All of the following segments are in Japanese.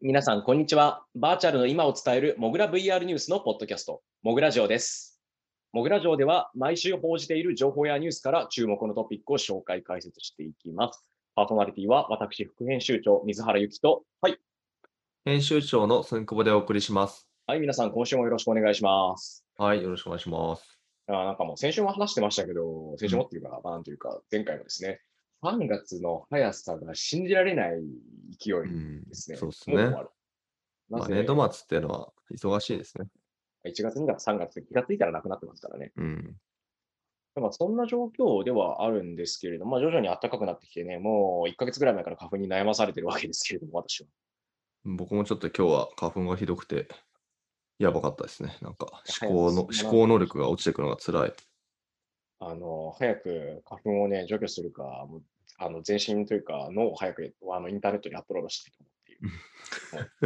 皆さん、こんにちは。バーチャルの今を伝えるモグラ VR ニュースのポッドキャスト、モグラジオです。モグラジオでは、毎週報じている情報やニュースから注目のトピックを紹介解説していきます。パーソナリティは私、副編集長、水原由紀と、 編集長の寸久保でお送りします。 はい、皆さん、今週もよろしくお願いします。 はい、よろしくお願いします。 なんかもう先週も話してましたけど、先週うん、 もっていうか、なんというか、前回もですね、3月の速さが信じられない勢いうん、 ですね。 そうですね。 もう終わる。なまあ、年度ぜ、 末っていうのは忙しいですね。 1月、2月、3月で気がついたらなくなってますからね。 うん。 そんな状況ではあるんですけれども、徐々に暖かくなってきてね、もう1ヶ月ぐらい前から花粉に悩まされてるわけですけれども、私は。 僕もちょっと今日は花粉がひどくて、やばかったですね。なんか早く進ま思ないと、 考能力が落ちていくのが辛い。 早く花粉をね、除去するか、もう全身というか、脳を早くインターネットにアップロードしたいと思っている。もう、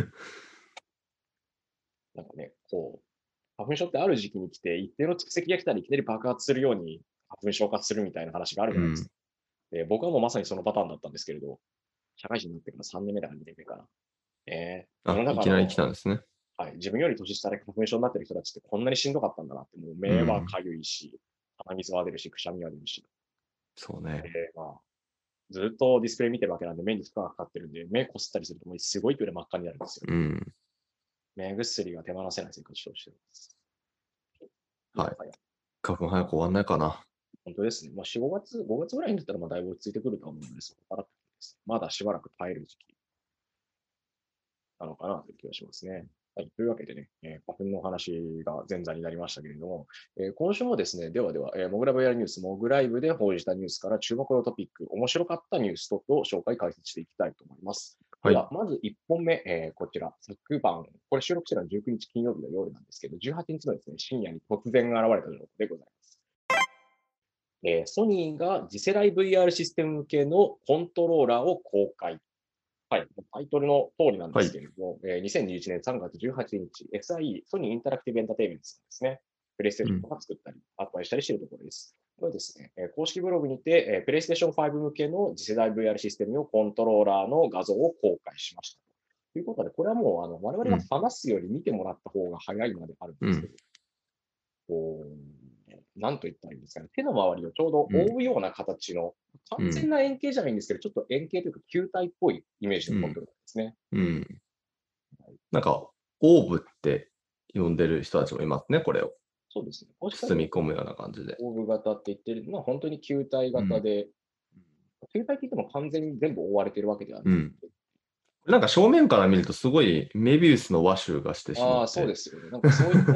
なんかね、花粉症ってある時期に来て、一定の蓄積が来たらいきなり爆発するように花粉症化するみたいな話があるうん。 じゃないですか。で、僕はもうまさにそのパターンだったんですけれど、社会人になってから3年目だから2年目かな。世のあ、い中きなり来たんの、 ですね。 はい、自分より年下で花粉症になってる人たちってこんなにしんどかったんだなって、もう目はうん。 かゆいし、鼻水は出るし、くしゃみは出るし。 そうね。 ずっとディスプレイ見てるわけなんで、目に負荷がかかってるんで、目こすったりするともうすごい勢いで真っ赤になるんですよ。 うん。 目薬が手放せない生活をしてるんです。いやはい。 はや、 花粉早く終わんないかな。 本当ですね。4、5月、5月ぐらいになったらだいぶ落ち着いてくると思うので、そこからです。まだしばらく耐える時期なのかなという気がしますね。はい。というわけでね、花粉の話が前座になりましたけれども、今週もですね、ではでは、モグラ VR ニュース、モグライブで報じたニュースから注目のトピック、面白かったニュースと紹介解説していきたいと思います。ではい。 は、まず1本目、こちら、昨晩、これ収録してるのは19日金曜日の夜なんですけど、18日のですね、深夜に突然現れた情報でございます。ソニーが次世代 VR システム向けのコントローラーを公開。はい、タイトルの通りなんではい。 すけれども、2021年3月18日、SIE、ソニーインタラクティブエンターテイメントさんですね、プレイステーションうん。 とか作ったり、発売したりしているところです。これですね、公式ブログにて、プレイステーション5向けの次世代 VR システム用コントローラーの画像を公開しました。ということで、これはもう我々がうん。 話すより見てもらった方が早いまであるんうん。 ですけど、こなんと言ったらいいんですかね、手の周りをちょうどうん。 覆うような形の、完うん。 全な円形じゃないんですけど、ちょっと円形というか球体っぽいイメージうん。 のコントローラーですね。 うん。なんか、オーブって呼んでる人たちもいますね、これを。 そうですね。公式サイト包だと、 み込むような感じで。 オーブ型って言ってるのは、本当に球体うん。 型で、球体って言っても完全に全部覆われてるわけではなくうん。 て、 なんか正面から見るとすごいメビウスの亜種がしてしまああ、そうでって。 すよね。なんかそういった、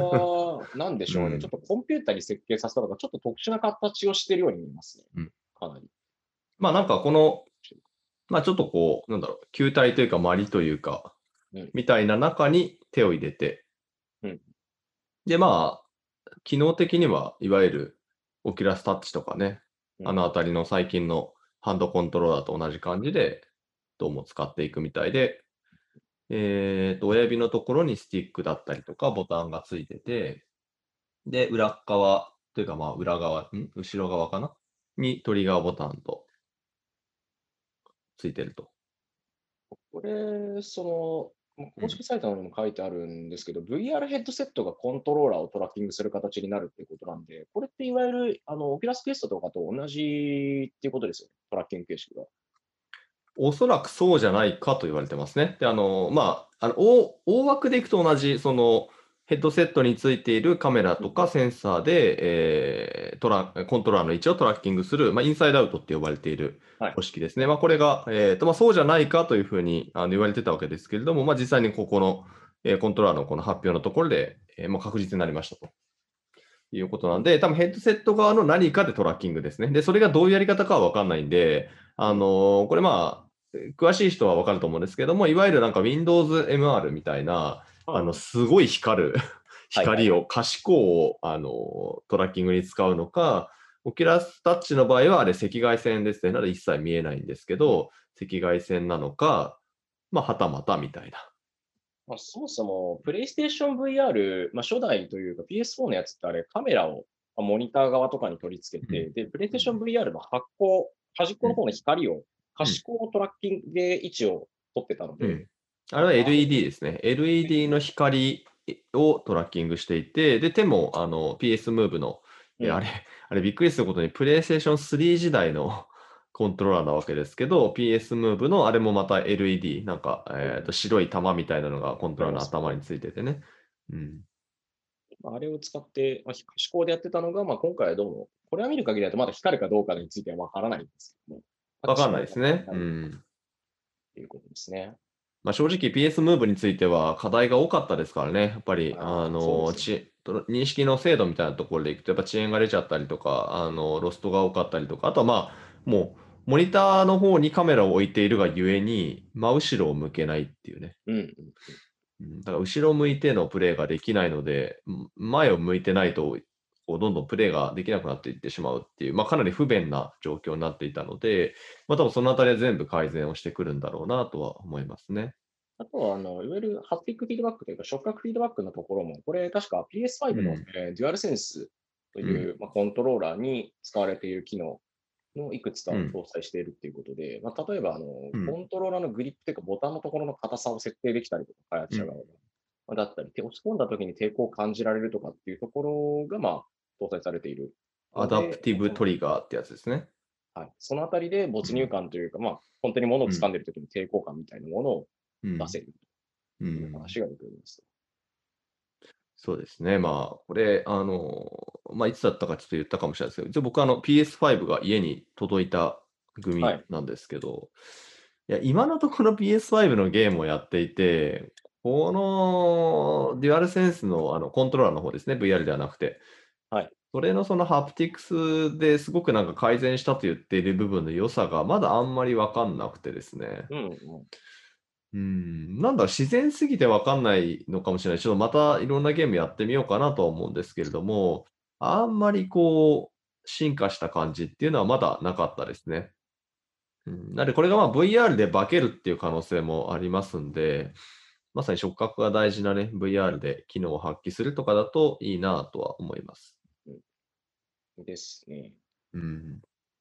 なんでしょうね。ちょっうん。 とコンピューターに設計させたのが、ちょっと特殊な形をしているように見えますね。 うん。 かなり。 なんかこの、ちょっとこう、なんだろう、球体というか鞠というか、 うん。 みたいな中に手を入れて、 うん。 で、機能的にはいわゆるオキュラスタッチとかね、 うん。 あのあたりの最近のハンドコントローラーと同じ感じで、どうも使っていくみたいで、親指のところにスティックだったりとかボタンがついてて、で、裏っ側というか、裏側、後ろ側かなにトリガーボタンとついてると。 これ、公うん。 式サイトにも書いてあるんですけど、VR ヘッドセットがコントローラーをトラッキングする形になるっていうことなんで、これっていわゆる、オキュラスクエストとかと同じっていうことですよね。トラッキング形式が。 おそらくそうじゃないかと言われてますね。で、大枠でいくと同じ、その、ヘッドセットについているカメラうん。 とかセンサーで、コントローラーの位置をトラッキングする、インサイドアウトって呼ばれているはい。 方式ですね。これが、そうじゃないかというふうに言われてたわけですけれども、実際にここの、コントローラーのこの発表のところで、確実になりましたということなんで、多分ヘッドセット側の何かでトラッキングですね。で、それがどういうやり方かは分かんないんで、 うん。 これ詳しい人は分かると思うんですけども、いわゆるなんか Windows MR みたいな、 うん。 すごい光るはいはいはい。 可視光を、トラッキングに使うのか、オキュラスタッチの場合はあれ赤外線ですね。なので一切見えないんですけうん。 ど、赤外線なのか、はたまたみたいな。 そもそも、プレイステーション VR、初代というか PS4 のやつってあれ、カメラをモニター側とかに取り付けうん。 て、で、プレイステーションうん。 VR の端っうん。 この方の光を、可うん。 視光トラッキングで位置を取ってたので、 うん。 あれは LED ですね。LED の光をトラッキングしていて、で、手もPS ムーブの、 うん。 あれびっくりすることに、プレイステーション3時代のコントローラーなわけですけど、PS ムーブのあれもまた LED、なんか、白い玉みたいなのがコントローラーの頭についててね。うん。 あれを使って、試行でやってたのが、今回はどうも、これは見る限りだとまだ光るかどうかについてはわからないんですけども、 わかんない違うですね。 なるうん。 ということですね。 まあ、正直 PS ムーブについては課題が多かったですからね。やっぱり、 そうですよね。 認識の精度みたいなところでいくと、やっぱ遅延が出ちゃったりとか、ロストが多かったりとか、あとはまあ、もう、モニターの方にカメラを置いているがゆえに、真後ろを向けないっていうね。 うんうんだから後ろを向いてのプレーができないので、前を向いてないと、こうどんどんプレーができなくなっていってしまうっていう、まあ、かなり不便な状況になっていたので、まあ、多分そのあたりは全部改善をしてくるんだろうなとは思いますね。 あとは、いわゆるハプティックフィードバックというか、触覚フィードバックのところも、これ確か PS5 の、 うん。 デュアルセンスとうん。 いう、コントローラーに使われている機能のいくつかをうん。 搭載しているっていうことで、例えば、 うん。 コントローラーのグリップというか、ボタンのところの硬さを設定できたりとか、開発うん。 者側が。だったり、押し込んだ時に抵抗を感じられるとかっていうところが、搭載されているアダので、 プティブトリガーってやつですね。 はい、そのあたりで没入うん。 感というか、本当に物をうん。 掴んでる時に抵抗感みたいなものをうん。 出せるうというん。 話が出ております。 そうですね。まあ、これ、まあ、いつだったかちょっと言ったかもしれないですけど、一応僕PS5 が家に届いたはい。 組なんですけど、いや、今のところ PS5 のゲームをやっていて、このデュアルセンスのコントローラーの方ですね、VR ではなくて、 はい。 それのそのハプティクスですごくなんか改善したと言っている部分の良さがまだあんまりわかんなくてですね。 うんうん。 なんだろう、自然すぎてわかんないのかもしれない。ちょっとまたいろんなゲームやってみようかなとは思うんですけれども、あんまりこう、進化した感じっていうのはまだなかったですね。なのでこれがまあ VR で化けるっていう可能性もありますんで、まさに触覚が大事なね、VR で機能を発揮するとかだといいなとは思います。 うんですね。 うん。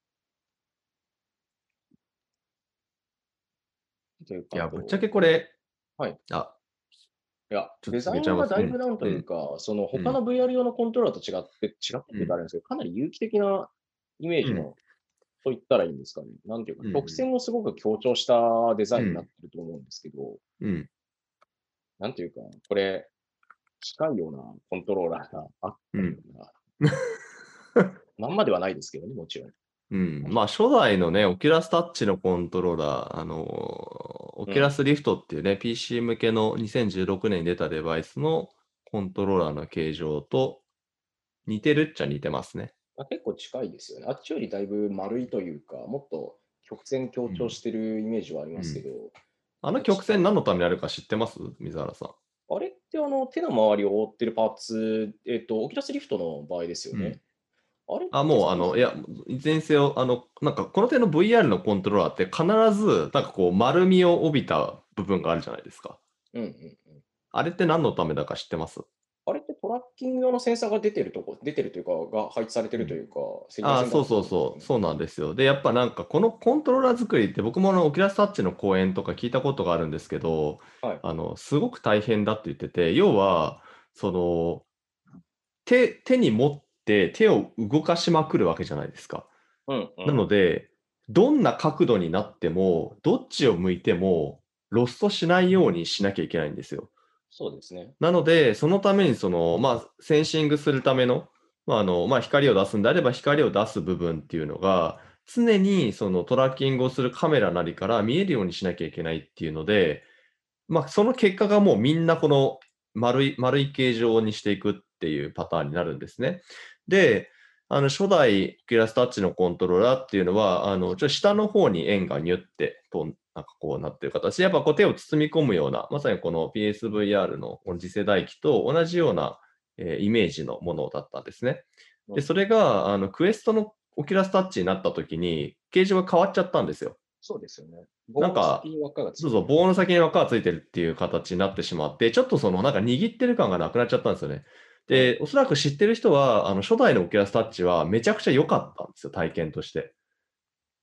というか、あいや、ぶっちゃと、 けこれ、 はい。 あ、 いや、 ちょっとデザインが続けちゃいます。うん。 だいぶなんとうん。 いうか、そのうん。 他の VR 用のコントローラーと違ってって言うとあうん。 れなんですけど、かなり有機的なイメーうん。 ジの、と言ったらいいんですかね。なんていうか、 うん。 曲線をすごく強調したデザインになっうん。 てると思うんですけど、 うん。 なんていうか、これ、近いようなコントローラーがあったようん。 うな、まんまではないですけどね、もちろん。 うん、まあ、初代のね、オキュラスタッチのコントローラー、オうん。 キュラスリフトっていうね、PC 向けの2016年に出たデバイスのコントローラーの形状と似てるっちゃ似てますね。 結構近いですよね。あっちよりだいぶ丸いというか、もっと曲線強調うん。 してるイメージはありうん。 ますけど、 あの曲近い。 線何のためにあるか知ってます水原さん。 あれって手の周りを覆ってるパーツ、オキュラスリフトの場合ですようん。 ね。あれっあ、 てもう、いや、いずれにせよ、なんか、この手の VR のコントローラーって必ず、なんかこう、丸みを帯びた部分があるじゃないですか。 うんうんうん。 あれって何のためだか知ってます？ あれってトラッキング用のセンサーが出てるというか、が配置されてうん。 るというか、赤外ああ、そう線だとそうそう、 思うんですよね。 そうなんですよ。で、やっぱなんかこのコントローラー作りって僕もオキュラスタッチの講演とか聞いたことがあるんですけど、 はい。 すごく大変だって言ってて、要は、その、手に持って手を動かしまくるわけじゃないですか。なうんうん。 ので、どんな角度になっても、どっちを向いてもロストしないようにしなきゃいけないんですよ。 そうですね。 なので、そのためにまあ、センシングするための、まあ、光を出すんであれば、光を出す部分っていうのが、常にそのトラッキングをするカメラなりから見えるようにしなきゃいけないっていうので、まあ、その結果がもうみんなこの丸い形状にしていくっていうパターンになるんですね。で、初代キュラスタッチのコントローラーっていうのは、下の方に円がニュってなんかこうなってる形で、やっぱこう手を包み込むような、まさにこの PSVR のこの次世代機と同じような、イメージのものだったんですね。で、 うん。 それが、クエストのオキュラスタッチになった時に、形状が変わっちゃったんですよ。 そうですよね。棒の先なんか、 に輪っかがつそうそう、 いてる。 棒の先に輪っかがついてるっていう形になってしまって、ちょっとなんか握ってる感がなくなっちゃったんですよね。 うん。 で、おそらく知ってる人は、初代のオキュラスタッチはめちゃくちゃ良かったんですよ、体験として。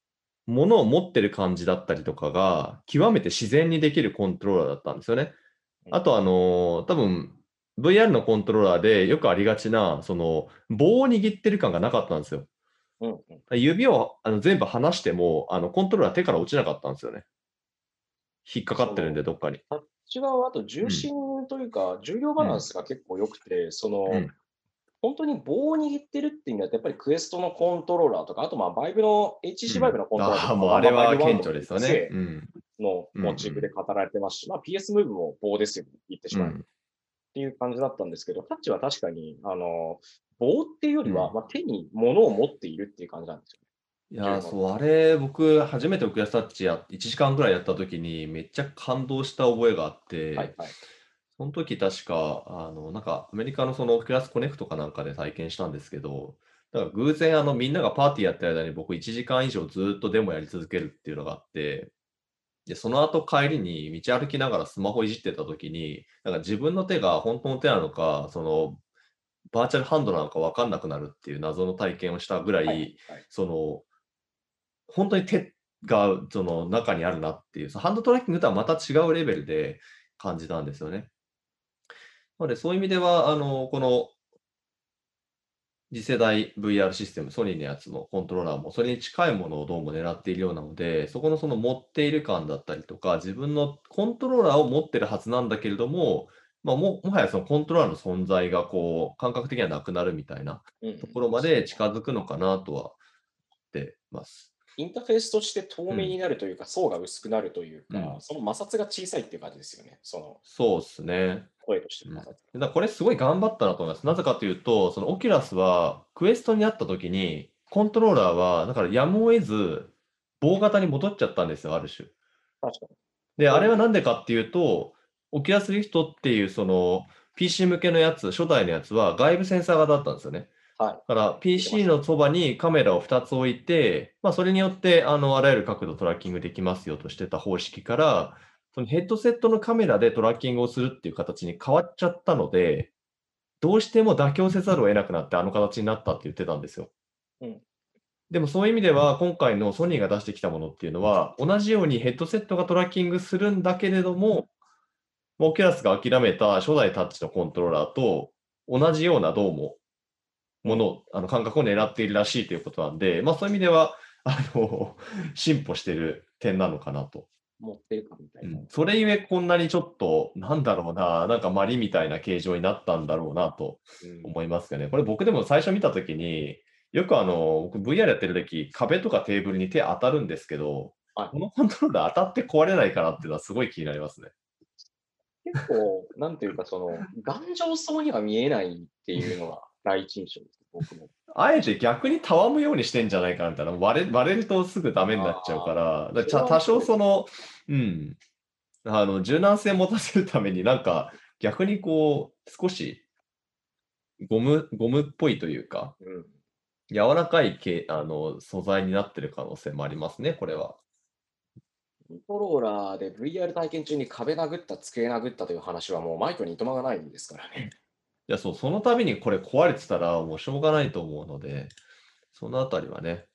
ものを持ってる感じだったりとかが、極めて自然にできるコントローラーだったんですよね。あと多分 VR のコントローラーでよくありがちな、その棒を握ってる感がなかったんですよ。 うんうん。 指を全部離しても、コントローラー手から落ちなかったんですよね。引っかかそってるんで、 の、 どっかに。 タッチ側はあと重うん。 心というか、重量バランうん。 スが結構良くて、 うん。 本当に棒を握ってるっていうのは、やっぱりクエストのコントローラーとか、あとバイブのう HTC バイブん。 のコントローラーああ、 とかは、 もうあれバイブ1 は顕の著ですよね。 2 うん。 のうんうモチーフでん。 語られてますし、PS ムーブも棒ですよね、言ってしまえば。っうん。 ていう感じだったんですけど、タッチは確かに、棒っていうよりは、 うん。 手に物を持っているっていう感じなんですよね。 いやー、 重要なのは。 そう、あれ、僕、初めてオキュラスタッチ1時間ぐらいやった時に、めっちゃ感動した覚えがあって、 はいはい。 その時確か、なんか、アメリカのそのオキュラスコネクトかなんかで体験したんですけど、だから偶然、みんながパーティーやってる間に僕1時間以上ずっとデモやり続けるっていうのがあって、で、その後帰りに道歩きながらスマホいじってた時に、なんか自分の手が本当の手なのか、その、バーチャルハンドなのか分かんなくなるっていう謎の体験をしたぐらはいい、 はい。 その、本当に手がその中にあるなっていう、そのハンドトラッキングとはまた違うレベルで感じたんですよね。なので、そういう意味では、この次世代 VR システム、ソニーのやつのコントローラーもそれに近いものをどうも狙っているようなので、そこのその持っている感だったりとか、自分のコントローラーを持ってるはずなんだけれども、もはやそのコントローラーの存在がこう、感覚的にはなくなるみたいなうんうん。 ところまで近づくのかなとは思ってます。 インターフェースとして透明にうん。 なるというか、層が薄くなるというか、 うん。 その摩擦が小さいっていう感じですよね。 そうっすね。 声としてうん。 の摩擦。 これすごい頑張ったなと思います。なぜかというと、そのオキュラスはクエストにあった時に、コントローラーはだからやむを得ず、棒型に戻っちゃったんですよ、ある種。 確かに。 で、あれはそういうなんでかっていうと、オキュラスリフトっていうその PC 向けのやつ、初代のやつは外部センサー型だったんですよね。 はい。 だから聞いてま PC した。 のそばにカメラを2つ置いて、それによってあらゆる角度トラッキングできますよとしてた方式から、そのヘッドセットのカメラでトラッキングをするっていう形に変わっちゃったので、どうしても妥協せざるを得なくなってあの形になったって言ってたんですよ。 うん。 でもそういう意味では、今回のソニーが出してきたものっていうのは、同じようにヘッドセットがトラッキングするんだけれども、オキュラスが諦めた初代タッチのコントローラーと同じようなどうもうん。 ものを、感覚を狙っているらしいということなんで、そういう意味では、進歩してる点なのかなと。 持ってるかみたいな。 それゆえこんなにちょっと、なんだろうな、なんかマリみたいな形状になったんだろうなとうん。 思いますよね。これ僕でも最初見たときに、よく僕 VR やってる時、壁とかテーブルに手当たるんですけど、 はい。 このコントローラー当たって壊れないかなっていうのはすごい気になりますね。 結構、なんていうか、頑丈そうには見えないっていうのが第一印象です、僕も。 あえて逆にたわむようにしてんじゃないかなみたいな、割れるとすぐダメになっちゃうああ、 から、 それはあり多そうですね。 少その、うん、柔軟性持たせるためになんか、逆にこう、少しゴムっぽいというか、 うん。 柔らかい素材になってる可能性もありますね、これは。 コントローラーで VR 体験中に壁殴った、机殴ったという話はもうマイクにいとまがないんですからね。 いや、そう、その度にこれ壊れてたらもうしょうがないと思うので、そのあたりはね、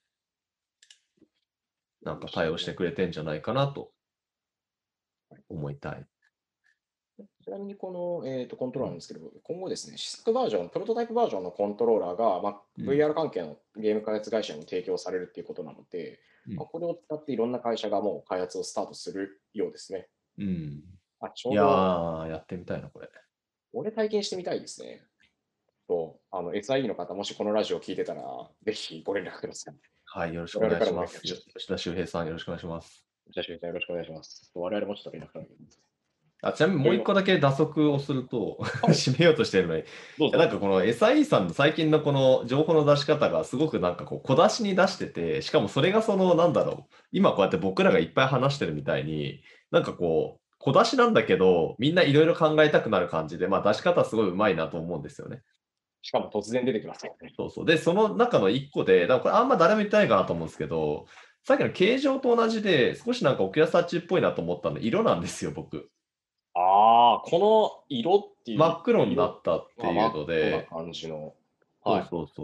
なんか対応してくれてんじゃないかなと思いたい。 ちなみにこの、コントうん。 ローラーなんですけど、今後ですね、試作バージョン、プロトタイプバージョンのコントローラーが、 うん。 VR 関係のゲーム開発会社に提供されるっていうことなので、 うん。 これを使っていろんな会社がもう開発をスタートするようですね。 うん。 ちいやょうど、 ー、やってみたいな、これ。 俺体験してみたいですね。SIE の方、もしこのラジオ聞いてたら、ぜひご連絡ください。 はい、よろしくお我々から願いします。 も連絡し吉田修平さん、よろしくお願いします。 じゃあ、しゅうたよろしくお願いします。我々もちょっと連絡からちなみにもう一個だけ打足をすると、 はい、 締めようとしてるのに、なんどうぞ。 かこの SIE さんの最近のこの情報の出し方がすごくなんかこう小出しに出してて、しかもそれがそのなんだろう、今こうやって僕らがいっぱい話してるみたいに、なんかこう、小出しなんだけど、みんないろいろ考えたくなる感じで、出し方すごいうまいなと思うんですよね。 しかも突然出てきますよね。 そうそう。で、その中の一個で、だからこれあんま誰も言ってないかなと思うんですけど、さっきの形状と同じで、少しなんかオキュラスタッチっぽいなと思ったの、色なんですよ、僕。 ああ、この色っていう、 真っ黒にな色、 ったって真いうっ黒なので、 感じの。 そうはい。 そうそう。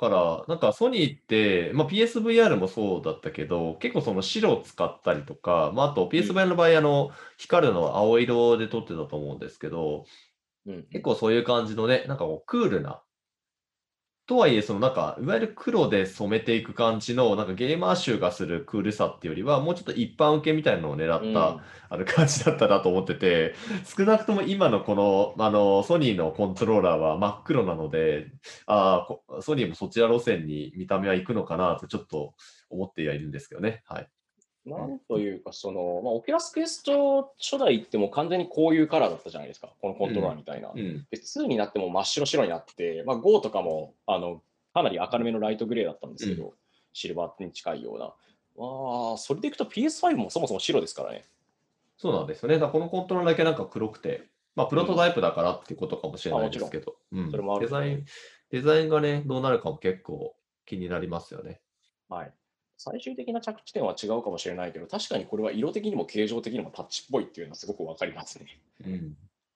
から、なんかソニーって、まあ、PSVR もそうだったけど、結構その白を使ったりとか、まあ、あとうん、 PSVR の場合、光るのは青色で撮ってたと思うんですけど、 うん、うん。 結構そういう感じのね、なんかこうクールなとはいえ、そのなんか、いわゆる黒で染めていく感じの、なんかゲーマー集がするクールさっていうよりは、もうちょっと一般受けみたいなのを狙った、 うん。 感じだったなと思ってて、少なくとも今のこの、ソニーのコントローラーは真っ黒なので、ソニーもそちら路線に見た目は行くのかなとちょっと思ってはいるんですけどね。はい。うん。 なんというか、オキュラスクエスト初代ってもう完全にこういうカラーだったじゃないですか。このコントローラうん。 ーみたいな。 うん。 で、2になっても真っ白白になって、まあ、5とかも、かなり明るめのライトグレーだったんですうん。 けど、シルバーに近いような。まあ、それでいくと PS5 もそもそも白ですからね。 そうなんですよね。だからこのコントローラーだけなんか黒くて、まあ、プロトタうん。 イプだからっていうことかもしれまあ、 ないもちろん、 ですけど、うん。 それもあると思う。 デザインがね、どうなるかも結構気になりますよね。 はい。最終的な着地点は違うかもしれないけど、確かにこれは色的にも形状的にもタッチっぽいっていうのはすごくわかりますね。 うん。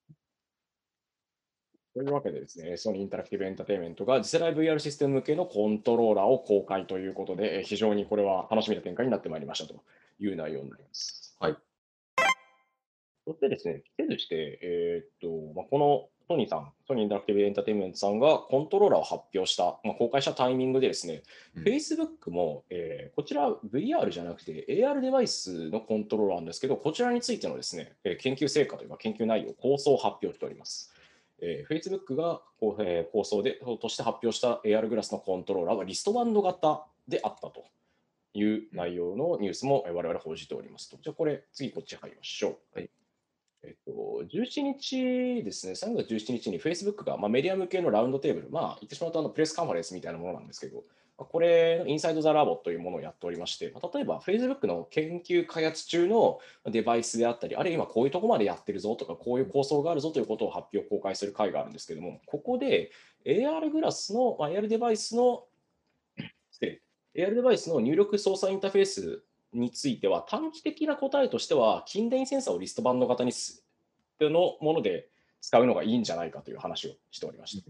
というわけでですね、ソニーインタラクティブエンターテインメントが次世代 VR システム向けのコントローラーを公開ということで、非常にこれは楽しみな展開になってまいりましたという内容になります。 はい。 そしてですね、期せずして、このソニーさん、ソニーインタラクティブエンターテインメントさんがコントローラーを発表した、公開したタイミングでですね、 うん。 Facebook も、こちら VR じゃなくて AR デバイスのコントローラーなんですけど、こちらについてのですね、研究成果というか研究内容、構想を発表しております。Facebook が構想として発表した AR グラスのコントローラーはリストバンド型であったといううん。 内容のニュースも我々報じておりますと。じゃあこれ、次こっち入りましょう。 はい。 17日ですね、3月17日に Facebook が、メディア向けのラウンドテーブル、言ってしまうとプレスカンファレンスみたいなものなんですけど、これ、インサイド・ザ・ラボというものをやっておりまして、例えば Facebook の研究開発中のデバイスであったり、あるいは今こういうところまでやってるぞとか、こういう構想があるぞということを発表、公開する会があるんですけども、ここで AR グラスの、AR デバイスの、失礼 AR デバイスの入力操作インターフェースについては、短期的な答えとしては、近電センサーをリストバンド型にのもので使うのがいいんじゃないかという話をしておりました。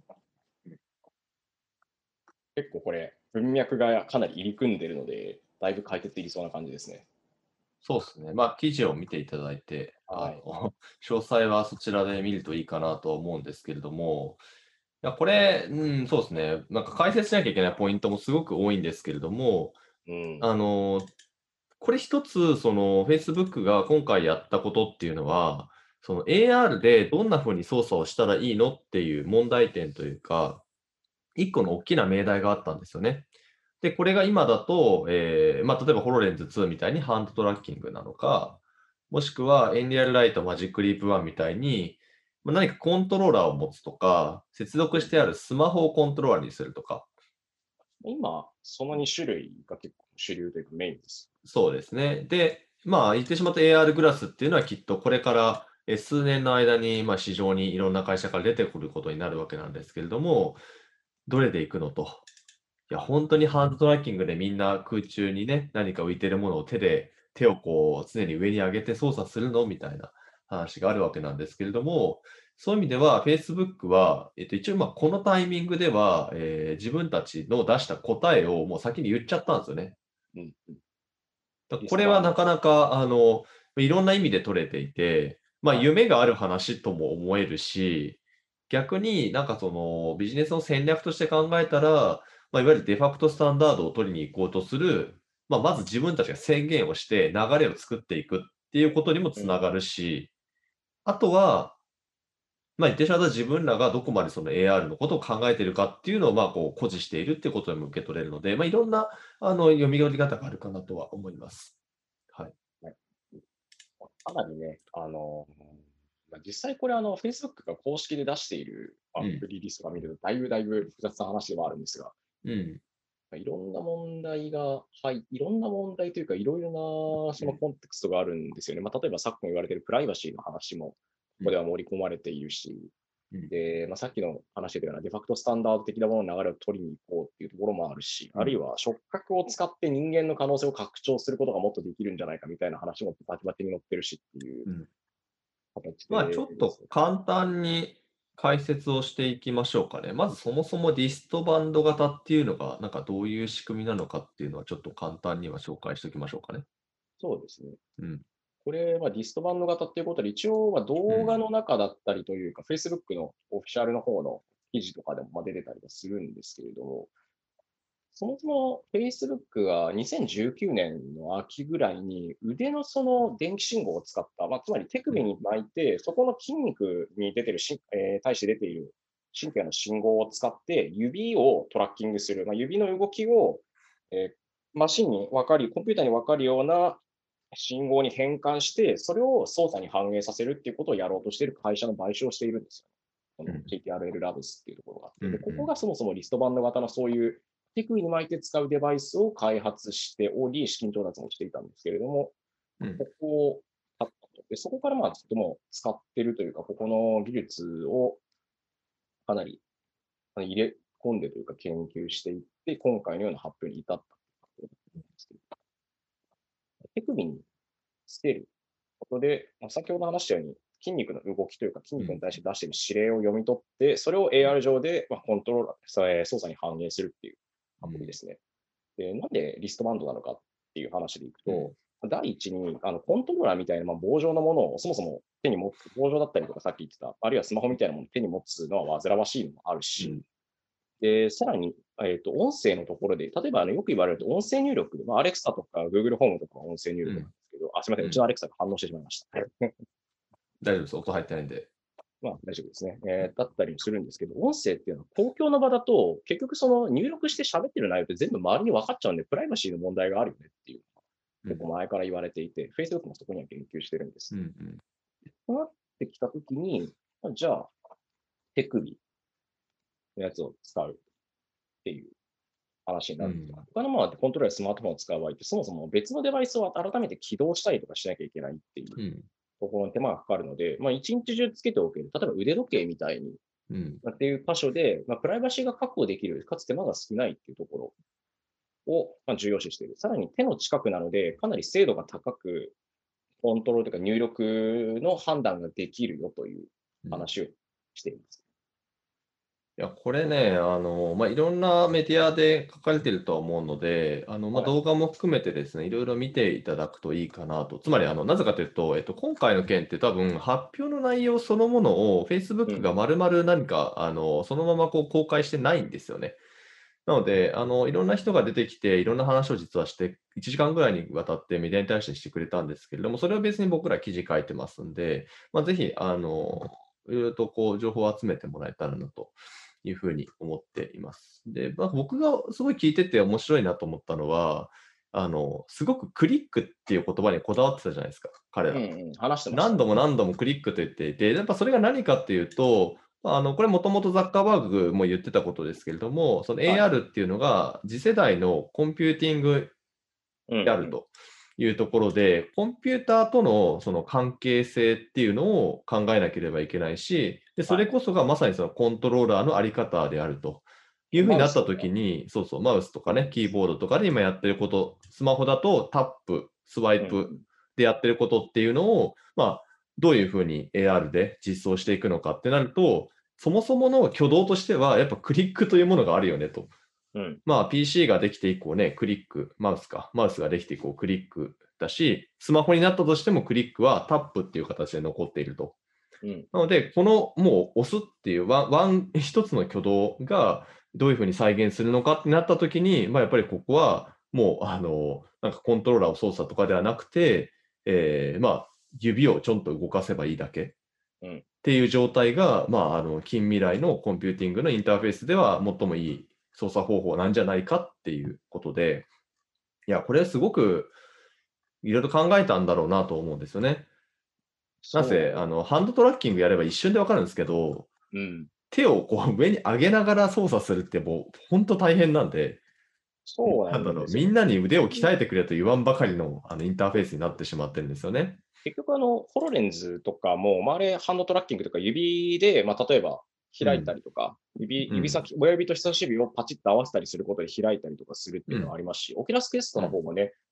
結構これ、文脈がかなり入り組んでいるので、だいぶ解決できそうな感じですね。 そうですね。まあ、記事を見ていただいて、 はい。 詳細はそちらで見るといいかなとは思うんですけれども、いや、これ、うん、そうですね。なんか解説しなきゃいけないポイントもすごく多いんですけれども、 うん。 あの、これ一つ、その Facebook が今回やったことっていうのは、その AR でどんな風に操作をしたらいいのっていう問題点というか、一個の大きな命題があったんですよね。で、これが今だと、例えばホロレンズ2みたいにハンドトラッキングなのか、もしくはエンリアルライトマジックリープ1みたいに、何かコントローラーを持つとか、接続してあるスマホをコントローラーにするとか、 今、その2種類が結構主流というかメインです。 そうですね。で、言ってしまうと AR グラスっていうのはきっとこれから数年の間に市場にいろんな会社から出てくることになるわけなんですけれども、どれで行くのと。いや、本当にハンドトラッキングでみんな空中にね、何か浮いてるものを手をこう常に上に上げて操作するのみたいな話があるわけなんですけれども、そういう意味では Facebook は、一応このタイミングでは、自分たちの出した答えをもう先に言っちゃったんですよね。 うん。リスこれはなトバンド型。 かなか、いろんな意味で取れていて、 はい。 夢がある話とも思えるし、逆になんかそのビジネスの戦略として考えたら、いわゆるデファクトスタンダードを取りに行こうとする、まず自分たちが宣言をして流れを作っていくっていうことにもうん。 つながるし、あとは、言ってしまうと自分らがどこまでその AR のことを考えているかっていうのを、こう誇示しているっていうことにも受け取れるので、いろんな読み取り方があるかなとは思います。はい。 はい。かなりね、実際これFacebook が公式で出しているうん。 プリリストが見ると、だいぶ複雑な話ではあるんですが、 うん。 いろんな問題が、はい、いろんな問題というか、いろいろなそのうん。 コンテクストがあるんですよね。例えば昨今言われているプライバシーの話も、こうん。 こでは盛り込まれているし、 うん。 で、さっきの話してたようなデファクトスタンダード的なものの流れを取りに行こうっていうところもあるし、 うん。 あるいは触覚を使って人間の可能性を拡張することがもっとできるんじゃないかみたいな話もバチバチに載ってるしっていううん。 形ちょっとでですね。 簡単に解説をしていきましょうかね。まずそもそもリストバンド型っていうのが、なんかどういう仕組みなのかっていうのはちょっと簡単には紹介しておきましょうかね。 そうですね。 うん。 これはリストバンド型っていうことで、一応は動画うん。 の中だったりというか、Facebook のオフィシャルの方の記事とかでも出てたりはするんですけれども、そもそも Facebook が2019年の秋ぐらいに腕のその電気信号を使った、つまり手うん。 首に巻いて、そこの筋肉に出てる対して出ている神経の信号を使って指をトラッキングする、指の動きを、マシンに分かり、コンピューターに分かるような信号に変換して、それを操作に反映させるっていうことをやろうとしている会社の買収をしているんですよ。このうん。 KTRL ラブスっていうところがあって。で、 うん。 ここがそもそもリストバンド型のそういう手首に巻いて使うデバイスを開発しており、資金調達もしていたんですけれども、 うん。 ここを買ったと。で、そこからずっともう使ってるというか、ここの技術をかなり入れ込んでというか研究していって、今回のような発表に至ったということなんですけど、手首につけることで、先ほど話したように、筋肉の動きというか、筋うん。 肉に対して出している指令を読み取って、それを AR 上で、コントローラー、操作に反映するっていうアプリですね。で、なんでリストバンドなのかっていう話でいくうん。 と、第一に、コントローラーみたいな、棒状のものをそもそも手に持つ、棒状だったりとかさっき言ってた、あるいはスマホみたいなものを手に持つのは煩わしいのもあるし、 うん。 で、さらに、音声のところで、例えばよく言われると音声入力で、アレクサとか Google ホームとかは音声入うん。 力なんですけど、すみません、うちうん。 のアレクサが反応してしまいました。 大丈夫です。音入ってないんで。 大丈夫ですね。だったりもするんですけど、音声っていうのは公共の場だと、結局その入力して喋ってる内容って全部周りに分かっちゃうんで、プライバシーの問題があるよねっていう、 うん。 結構前から言われていて、Facebook もそこには言及してるんです。 うん。うん。 そうなってきたときに、じゃあ、手首のやつを使うっていう話になるんですよ。 うん。 他のコントローラースマートフォンを使う場合って、そもそも別のデバイスを改めて起動したりとかしなきゃいけないっていううん。 ところに手間がかかるので、一日中つけておける。例えば腕時計みたいにうん。 っていう箇所で、プライバシーが確保できる、かつ手間が少ないっていうところを、重要視している。さらに手の近くなので、かなり精度が高く、コントロールというか入力の判断ができるよといううん。 話をしています。 いや、これね、いろんなメディアで書かれているとは思うので、 はい。 動画も含めてですね、いろいろ見ていただくといいかなと。つまり、なぜかというと、今回の件って多分、発表の内容そのものをう Facebook がん。 丸々何か、そのままこう公開してないんですよね。なので、いろんな人が出てきて、いろんな話を実はして、1時間ぐらいにわたってメディアに対してしてくれたんですけれども、それは別に僕ら記事書いてますんで、ぜひ、いろいろとこう情報を集めてもらえたらなというふうに思っています。で、僕がすごい聞いてて面白いなと思ったのは、すごくクリックっていう言葉にこだわってたじゃないですか、彼ら。 うんうん。話してました何度もね。 何度もクリックと言っていて、やっぱそれが何かっていうと、これもともとザッカーバーグも言ってたことですけれども、そのはい。 AR っていうのが次世代のコンピューティングうんうん。 であるというところで、コンピューターとのその関係性っていうのを考えなければいけないし、で、そはい。 れこそがまさにそのコントローラーのあり方であるというふうになったマウスとか。 ときに、そうそう、マウスとかね、 うん。 キーボードとかで今やってること、スマホだとタップ、スワイプうんうん。 でやってることっていうのを、どういうふうに AR で実装していくのかってなると、そもそもの挙動としては、やっぱクリックというものがあるよねと。 うん。 PC ができて以降ね、クリック、マウスができて以降クリックだし、スマホになったとしてもクリックはタップっていう形で残っていると。 うん。 なので、このもう押すっていう一つの挙動がどういうふうに再現するのかってなったときに、やっぱりここはもう、なんかコントローラーを操作とかではなくて、指をちょんと動かせばいいだけっうん。 ていう状態が、近未来のコンピューティングのインターフェースでは最もいい操作方法なんじゃないかっていうことで、いや、これすごくいろいろ考えたんだろうなと思うんですよね。なぜ、 そう。 ハンドトラッキングやれば一瞬でわかるんですけど、 うん。 手をこう上に上げながら操作するってもう本当大変なんで、 そうななんだろう、 んですよね。 みんなに腕を鍛えてくれと言わんばかりのインターフェースになってしまってるんですよね。 結局ホロレンズとかも、あれハンドトラッキングとか指で、例えば開いたうん。 りとか、 うん。 親指と人差し指をパチッと合わせたりすることで開いたりとかするっていうのはうん。 ありますし、オキュラスクエストうん。 の方もね、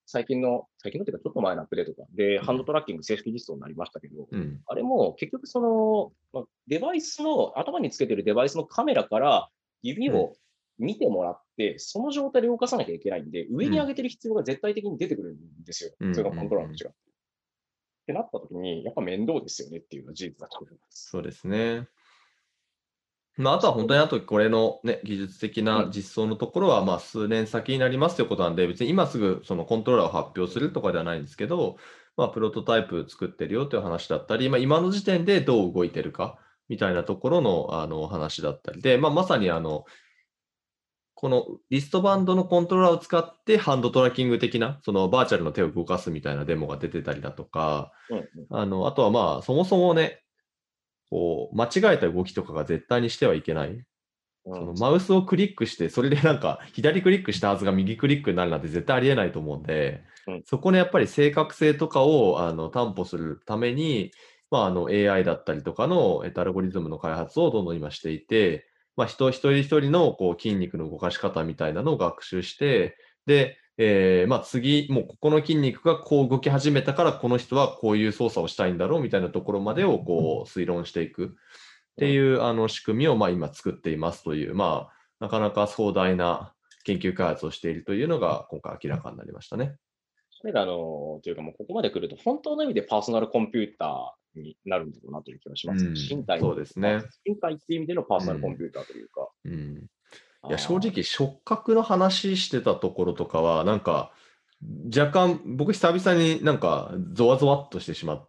最近のっていうかちょっと前のアップデートか。で、ハンドトラッキング正式実装になりましたけど、 うん。 あれも結局デバイスの、頭につけてるデバイスのカメラから指うん。 を見てもらって、その状態で動かさなきゃいけないんで、上に上うん。 げてる必要が絶対的に出てくるんですよ。 うん。 普通のコントローラーうん。 と違って。ってなった時に、やっぱ面倒ですよねっていうのは事実だと思います。 そうですね。まあ、あとはそこで、 本当にあとこれのね、技術的なうん、 実装のところは、まあ、数年先になりますということなんで、別に今すぐそのコントローラーを発表するとかではないんですけど、まあ、プロトタイプ作ってるよという話だったり、まあ、今の時点でどう動いてるかみたいなところの、話だったりで、まあ、まさにこのリストバンドのコントローラーを使ってハンドトラッキング的な、そのバーチャルの手を動かすみたいなデモが出てたりだとか、 うん、うん、 あとはまあ、そもそもね、こう、間違えた動きとかが絶対にしてはいけない。そうん、 のマウスをクリックして、それでなんか左クリックしたはずが右クリックになるなんて絶対ありえないと思うんで、 うん、 そこのやっぱり正確性とかを担保するために、まあ、AI だったりとかの、アルゴリズムの開発をどんどん今していて、まあ、一人一人のこう筋肉の動かし方みたいなのを学習して、で、まあ、次、もうここの筋肉がこう動き始めたから、この人はこういう操作をしたいんだろうみたいなところまでをこう推論していくってうん。 いう仕組みをまあ今作っていますという、まあ、なかなか壮大な研究開発をしているというのが今回明らかになりましたね。 彼らというかもうここまで来ると、本当の意味でパーソナルコンピューターになるんだろうなという気がしうます。 ん、そうですね。 身体っていう意味でのパーソナルコンうん、 ピューターというか。 うん。いや、正ああ、 直、触覚の話してたところとかは、なんか、若干、僕久々になんか、ゾワゾワっとしてしまって、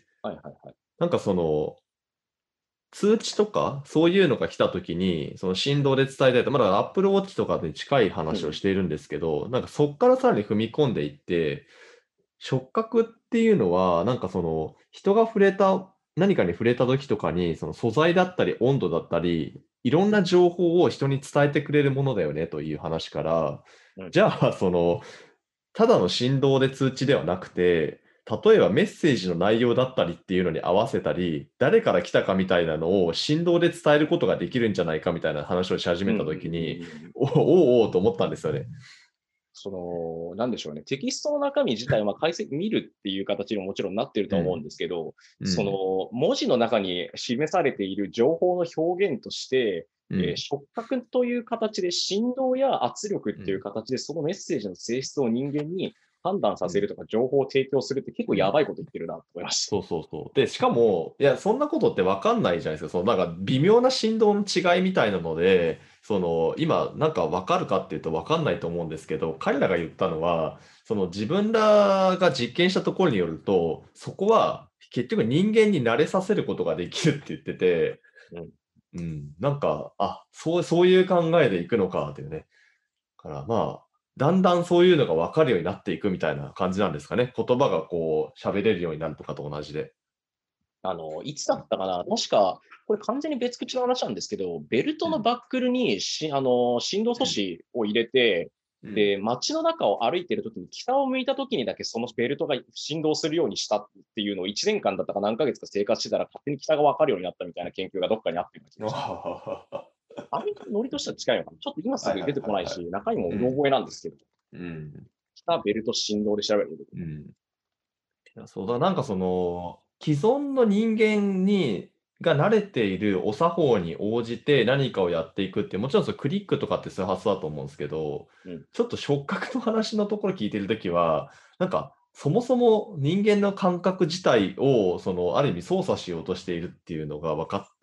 はいはいはい。 なんかその、通知とか、そういうのが来たときに、その振動で伝えたいと、まだ Apple Watch とかで近い話をうん、 しているんですけど、なんかそっからさらに踏み込んでいって、触覚っていうのは、なんかその、人が何かに触れた時とかに、その素材だったり温度だったり、いろんな情報を人に伝えてくれるものだよねという話から、 うん、 じゃあ、ただの振動で通知ではなくて、例えばメッセージの内容だったりっていうのに合わせたり、誰から来たかみたいなのを振動で伝えることができるんじゃないかみたいな話をし始めたうん、うん、 ときに、 うん。 おうと思ったんですよね。 なんでしょうね、テキストの中身自体は見るっていう形にももちろんなってるとは思うんうん。 ですけど、 うん。 文字の中に示されている情報の表現として、 うん。 触覚という形で振動や圧力っていううん。 形でそのメッセージの性質を人間に判断さうん。 せるとか情報を提供するって結構うん。 やばいこと言ってるなと思いましそうそうそう。で、しかも、いや、そんなことってわかんないじゃないですか。なんか微妙な振動の違いみたいなので、今、なんかわかるかっていうとわかんないと思うんですけど、彼らが言ったのは、自分らが実験したところによると、そこは結局人間に慣れさせることができるって言ってて、 た。うん。 うん、なんか、そういう考えでいくのかっていうね。からまあ、だんだんそういうのが分かるようになっていくみたいな感じなんですかね。言葉がこう喋れるようになるとかと同じで。 いつだったかな、確か、これ完全に別口の話なんですけど、ベルトのうん、 バックルに振動素うん、 子を入れて、 うん。 で、街の中を歩いてるときに、北を向いたときにだけそのベルトが振動するようにしたっていうのを1年間だったか何ヶ月か生活してたら勝手に北がわかるようになったみたいな研究がどっかにあってるような気があして。 ははあれ、ノリとしては近いのかな。ちょっと今すぐ出はいはいてこないし、 はいはい。 中身もうん、 うろ覚えなんですけど、 うん、 北ベルト振動で調べると出てくる。 うん。いや、そうだ、なんか既存の人間が慣れているお作法に応じて何かをやっていくって、もちろんクリックとかってそういう発想だと思うんですけど、 うん。 ちょっと触覚の話のところ聞いてるときは、なんか、そもそも人間の感覚自体を、ある意味操作しようとしているっていうのが分かって、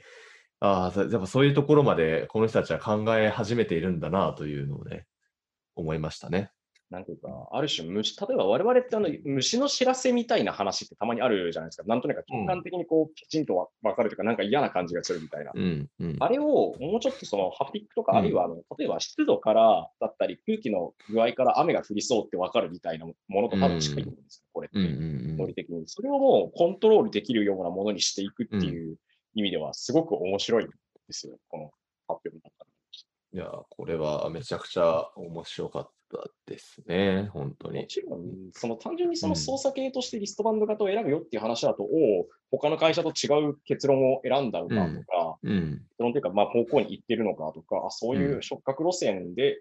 やっぱそういうところまでこの人たちは考え始めているんだなというのをね、思いましたね。 なんていうか、ある種例えば我々って虫の知らせみたいな話ってたまにあるじゃないですか。なんとなく直感うん。 的にこう、きちんとわかるというか、なんか嫌な感じがするみたいな。 うん、うん、 あれをもうちょっとハピックとか、 うん、 あるいは例えば湿度からだったり、空気の具合から雨が降りそうってわかるみたいなものとう多分近いとん、 思うんですよ、これっうん、うて。論ん。 理的に。それをもうコントロールできるようなものにしていくっうん。 ていう意味では、すごく面白いんですよ、この発表になったら。 いや、これはめちゃくちゃ面白かったですね、本当に。 もちろん、単純にその操うん、 作系としてリストバンド型を選ぶよっていう話だと、他の会社と違う結論を選んだのうん、 かとか、 うん、 結論というか、まあ、方向に行ってるのかとか、そういううん、 触覚路線で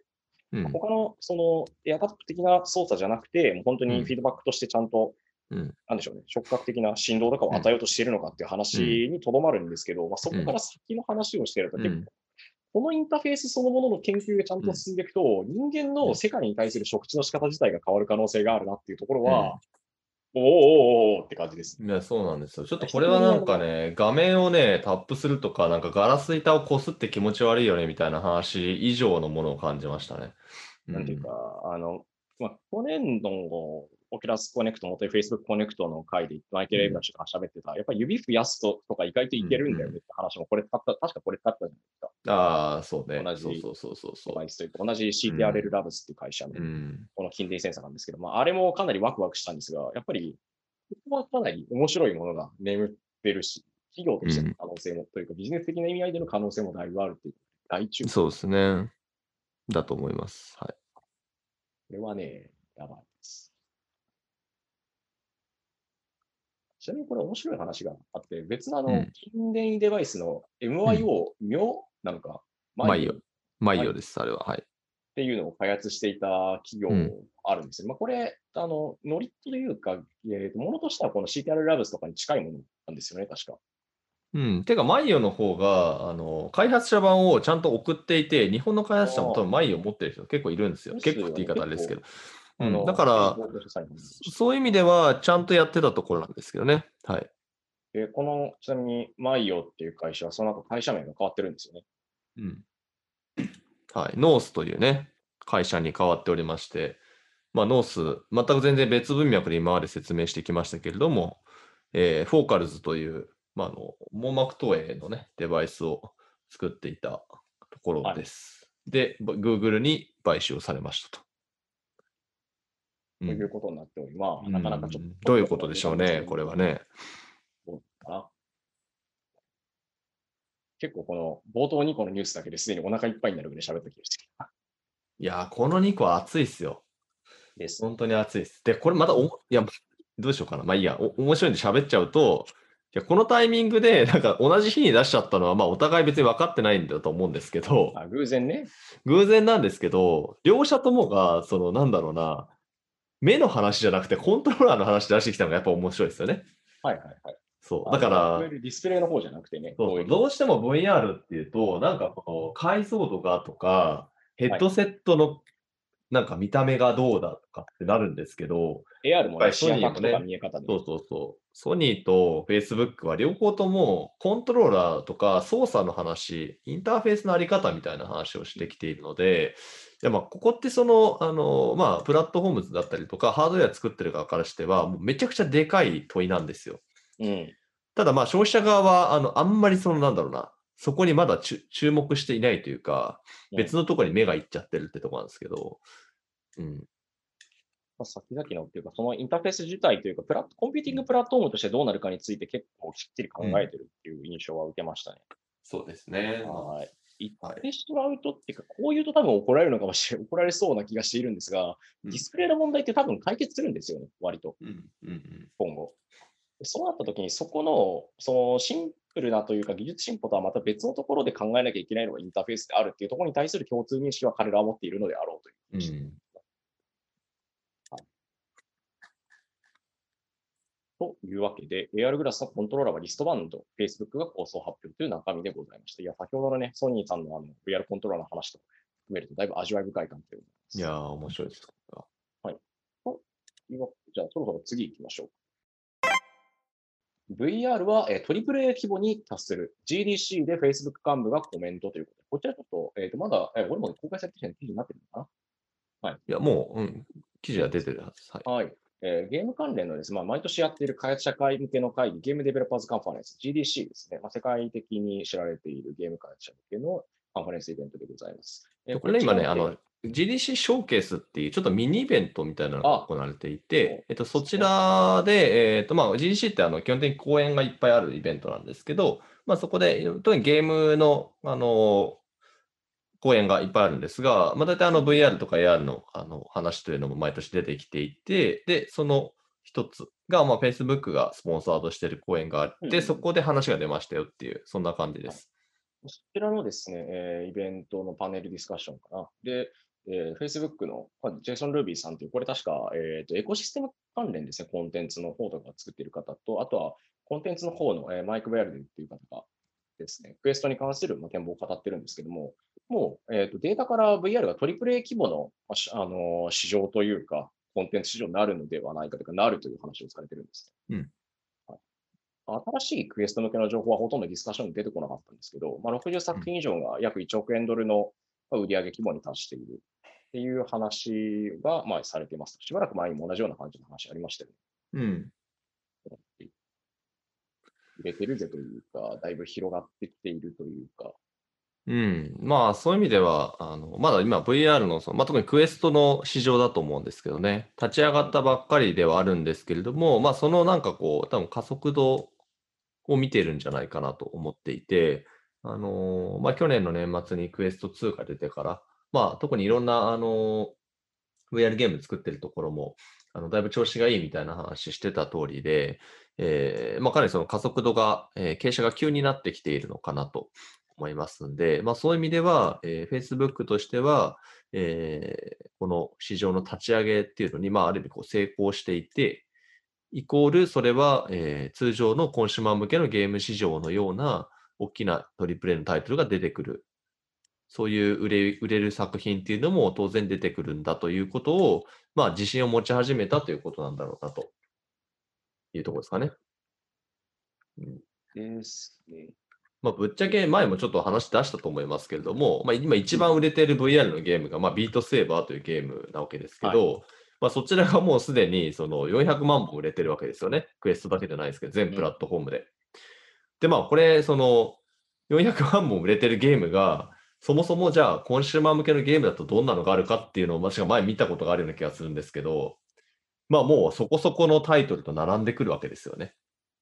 うん。 他のそのエアタップ的な操作じゃなくて、もう本当うん。 にフィードバックとしてちゃんと、 うん。 なんでしょうね、触覚的な振動とかをうん。 与えようとしているのかっていう話にとどまるんですけど、そこから先の話をしてると結構、このインターフェースそのものの研究がちゃんと進んでいくと、人間の世界に対する触知の仕方自体が変わる可能性があるなっていうところは、おーおーおーおーって感じです。 いや、そうなんですよ。ちょっとこ一通れはなんりかね、画面をね、タップするとか、なんかガラス板をこすって気持ち悪いよねみたいな話以上のものを感じましたね。 なんていうか、去年のオキュラスコネクト、元に Facebook コネクトの回でマイケル・エイブラシが喋ってた、やっぱり指増やすとか意外といけるんだよねって話も、これ使った、確かこれ使ったじゃないですか。 ああ、そうね。 同じそうそうそうそデバイスというか、同じう。 CTRL ラブスっていう会社のこの近隣センサーなんですけど、あれもかなりワクワクしたんですが、やっぱり、ここはかなり面白いものが眠ってるし、企業としての可能性も、というかビジネス的な意味合いでの可能性もだいぶあるっていう、大注目。 そうですね。だと思います。はい。 これはね、やばいです。ちなみにこれ面白い話があって、別の近電デバイスの MYO、妙なのか、マイオっマイオです、あれは。はい。 ていうのを開発していた企業あるんですよ。これ、ノリットというか、ものとしてはこの CTR ラブスとかに近いものなんですよね、確か。 てか、マイオの方が、開発者版をちゃんと送っていて、日本の開あ発者も多分あ、 マイオ持ってる人結構いるんですよ。 ですよね。 結構って言い方あれですけど。だか健ら、 康として最後にしそういう意味では、ちゃんとやってたところなんですけどね。はい。 て。この、ちなみに、マイオっていう会社は、その後会社名が変わってるんですよね。 うん。はい。ノースというね、会社に変わっておりまして、ノース、全く全然別文脈で今まで説明してきましたけれども、フォーカルズという、網膜投影のね、デバイスを作っていたところはい。 です。で、Google に買収されましたと。 ということになっており、なかなかちょっと、 どういうことでしょうね、これはね。 どうかな。結構この冒頭2個のニュースだけですでにお腹いっぱいになるぐらい喋った気がしてきた。 いやー、この2個は熱いっすよ。 です。 本当に熱いっす。で、これまたいや、どうしようかな。いいや、面白いんで喋っちゃうと、いや、このタイミングで、なんか同じ日に出しちゃったのは、お互い別に分かってないんだと思うんですけど、 偶然ね。 偶然なんですけど、両者ともが、なんだろうな、目の話じゃなくてコントローラーの話出してきたのがやっぱ面白いですよね。 はいはいはい。 そう。だかいわゆら、 るディスプレイの方じゃなくてね、 そうそう、どうしても VR っていうと、なんかこの解像度がとか、ヘッはい。 ドセットのなんか見た目がどうだとかってなるんですけど、 AR もね、 今回ソ視野角とかニーもね、 見え方でね。 そうそうそう、ソニーと Facebook は両方ともコントローラーとか操作の話、インターフェースのあり方みたいな話をしてきているので、いやここってプラットフォームズだったりとか、ハードウェア作ってる側からしては、もうめちゃくちゃでかい問いなんですよ。 うん。 ただ消費者側は、あんまりなんだろうな、そこにまだ注目していないというか、別のところに目がいっちゃってるってところなんですけど、うん。 先々のっていうか、そのインターフェース自体というか、コンピューティングプラットフォームとしてどうなるかについて結構きっちり考えてるっていう印象は受けましたね。 そうですね。 はい。言はい。 ってしまうとっていうか、こう言うと多分怒られるのかもしれない、怒られそうな気がしているんですが、ディスプレイの問題って多分解決するんですよね、割と、今後。そうなった時に、そこの、そのシンプルなというか、技術進歩とはまた別のところで考えなきゃいけないのがインターフェースであるっていうところに対する共通認識は彼らは持っているのであろうという。はい、というわけで、AR グラスのコントローラーはリストバンド、Facebook が構想発表という中身でございました。いや、先ほどのね、ソニーさんのVR コントローラーの話と含めると、だいぶ味わい深い感じでございます。 いやー、面白いです。 はい。じゃあ、そろそろ次行きましょう。VR は、AAA 規模に達する。GDC で Facebook 幹部がコメントということで、こちらちょっと、まだ、俺も公開されてきた記事になってるのかな。はい。 いや、もう、記事は出てるはず。はい。 はい。ゲーム関連のですね、毎年やっている開発者会向けの会議、ゲームデベロッパーズカンファレンス、GDC ですね。世界的に知られているゲーム開発者向けのカンファレンスイベントでございます。 これね、今ね、 で GDC ショーケースっていうちょっとミニイベントみたいなのが行われていて、そちねらで、GDC って基本的に講演がいっぱいあるイベントなんですけど、そこで、特にゲームの、講演がいっぱいあるんですが、大体VR とか AR の話というのも毎年出てきていて、で、その一つが、Facebook がスポンサードしている講演があって、そこで話が出ましたよっていう、そんな感じです。 そちらのですね、イベントのパネルディスカッションかな。で、 Facebook のジェイソン・ルービーさんという、これ確か、エコシステム関連ですね、コンテンツの方とか作っている方と、あとはコンテンツの方の、マイク・ベアルデンっていう方がですね、クエストに関する、展望を語ってるんですけども、もう、データから VR がトリプル A 規模の、市場というか、コンテンツ市場になるのではないかというか、なるという話をされてるんですうん。 ね。新しいクエスト向けの情報はほとんどディスカッションに出てこなかったんですけど、60作品以上が約1億円ドルの売上規模に達しているっていう話が、されています。しばらく前にも同じような感じの話ありましたようん。 ね。売れてるぜというか、だいぶ広がってきているというか、 うん。まあ、そういう意味では、まだ今 VR の特にクエストの市場だと思うんですけどね。立ち上がったばっかりではあるんですけれども、そのなんかこう、多分加速度を見てるんじゃないかなと思っていて、去年の年末にクエスト2が出てから、特にいろんな、VR ゲーム作ってるところも、だいぶ調子がいいみたいな話してた通りで、かなりその加速度が、傾斜が急になってきているのかなと思いますんで、そういう意味では、Facebook としては、この市場の立ち上げっていうのに、ある意味こう成功していて、イコールそれは、通常のコンシューマー向けのゲーム市場のような大きなトリプル A のタイトルが出てくる。そういう売れる作品っていうのも当然出てくるんだということを、自信を持ち始めたということなんだろうなというところですかね。うん。 ですね。 ぶっちゃけ前もちょっと話出したと思いますけれども、今一番売れている VR のゲームが、ビートセーバーというゲームなわけですけはい。 ど、そちらがもうすでにその400万本売れてるわけですよね。クエストだけじゃないですけど、全プラットフォームで。で、これ、その、400万本売れてるゲームが、そもそもじゃあ、コンシューマー向けのゲームだとどんなのがあるかっていうのを、私が前見たことがあるような気がするんですけど、もうそこそこのタイトルと並んでくるわけですよね。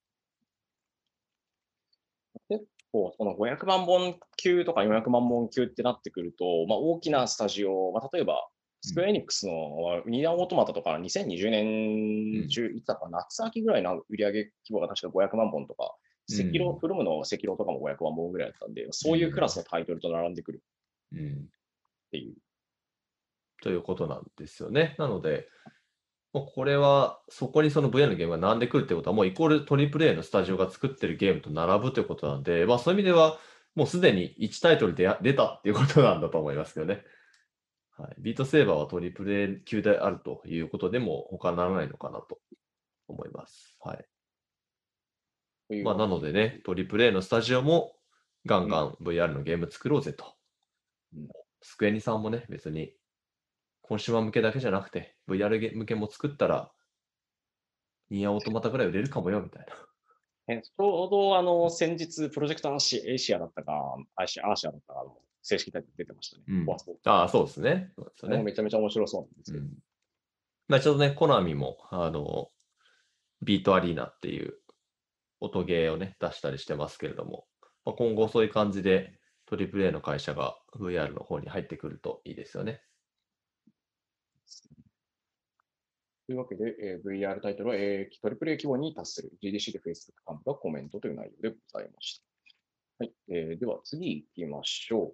結構、その500万本級とか400万本級ってなってくると、大きなスタジオ、例えば、 うん。 スクエアエニックスのニーアオートマタとか2020 うん。 年中、いつだか夏秋ぐらいの売上規模が確か500万本とか、 うんフロムの赤狼とかも500万本ぐらいだったんで、 うん。 そういうクラスのタイトルと並んでくるうん。 っていう。 ということなんですよね。なので、これは、そこにその VR のゲームが並んでくるってことは、もうイコールトリプル A のスタジオが作ってるゲームと並ぶということなんで、そういう意味では、もうすでに1タイトルで出たっていうことなんだと思いますけどね。はい。ビートセーバーはトリプル A 級であるということでも他ならないのかなと思います。はい。 というわなけで、 のでね、トリプル A のスタジオもガンうん、 ガン VR のゲーム作ろうぜと。 うん、 スクエニさんもね、別にコンシューマー向けだけじゃなくて、VR 向けも作ったら、ニーアオートマタぐらい売れるかもよ、みたいな。 ちょうど先日、プロジェクトエイシアだったか、アーシアだったか正式タイトル出てましたね。 うん。 コアスポーツ。 ああ、そうですね。そうですよあれもね。 めちゃめちゃ面白そうなんですけど。 うん。ちょっとね、コナミも、ビートアリーナっていう音ゲーをね、出したりしてますけれども、今後そういう感じでトリプル A の会社が VR の方に入ってくるといいですよね。 というわけで、VR タイトルは、トリプル A 規模に達する GDC で Facebook 幹部がコメントという内容でございました。はい。では次行きましょう。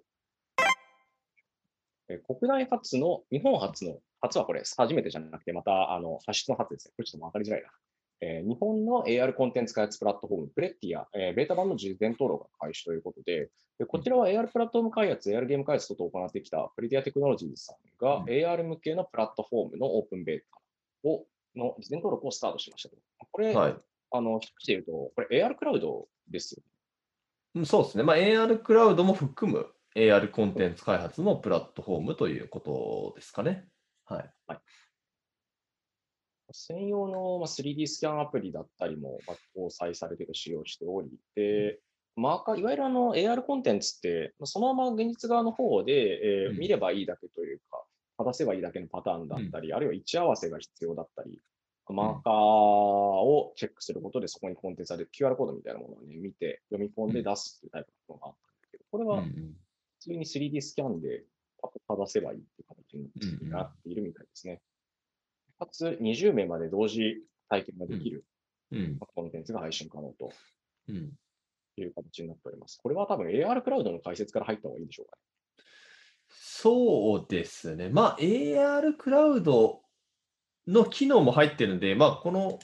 国内初の、日本初の、初はこれ初めてじゃなくて、また発出の初ですね。これちょっと分かりづらいな。日本の AR コンテンツ開発プラットフォーム、プレッティア、ベータ版の事前登録が開始ということで、 うん。 こちらは AR プラットフォーム開発、AR ゲーム開発等々を行ってきたプレッティアテクノロジーズさんがうん。 AR 向けのプラットフォームのオープンベータの事前登録をスタートしましたと。これ、 はい。 一口で言うと、これ AR クラウドですようん、そうですね。AR クラウドも含む AR コンね。 テンツ開発のプラットフォームということですかね。はい。 はい。専用の 3D スキャンアプリだったりも搭載されている使用しており、で、いわゆるAR コンテンツって、そのまま現実側の方で、 うん。 見ればいいだけというか、かざせばいいだけのパターンだうん。 ったり、あるいは位置合わせが必要だったり、 うん。 マーカーをチェックすることでそこにコンテンツされる QR コードみたいなものをね、見て、読み込んうん。 で出すっていうタイプのものがあったんですけど、これはうん。 普通に 3D スキャンでパッとかざせばいいっていう形にうん。 なっているみたいですね。かつ20名まで同時体験がうん。 できるうん。 コンテンツが配信可能とうん。 いう形になっております。これは多分 AR クラウドの解説から入った方がいいでしょうかね。 そうですね。まあ、AR クラウドの機能も入ってるんで、まあ、この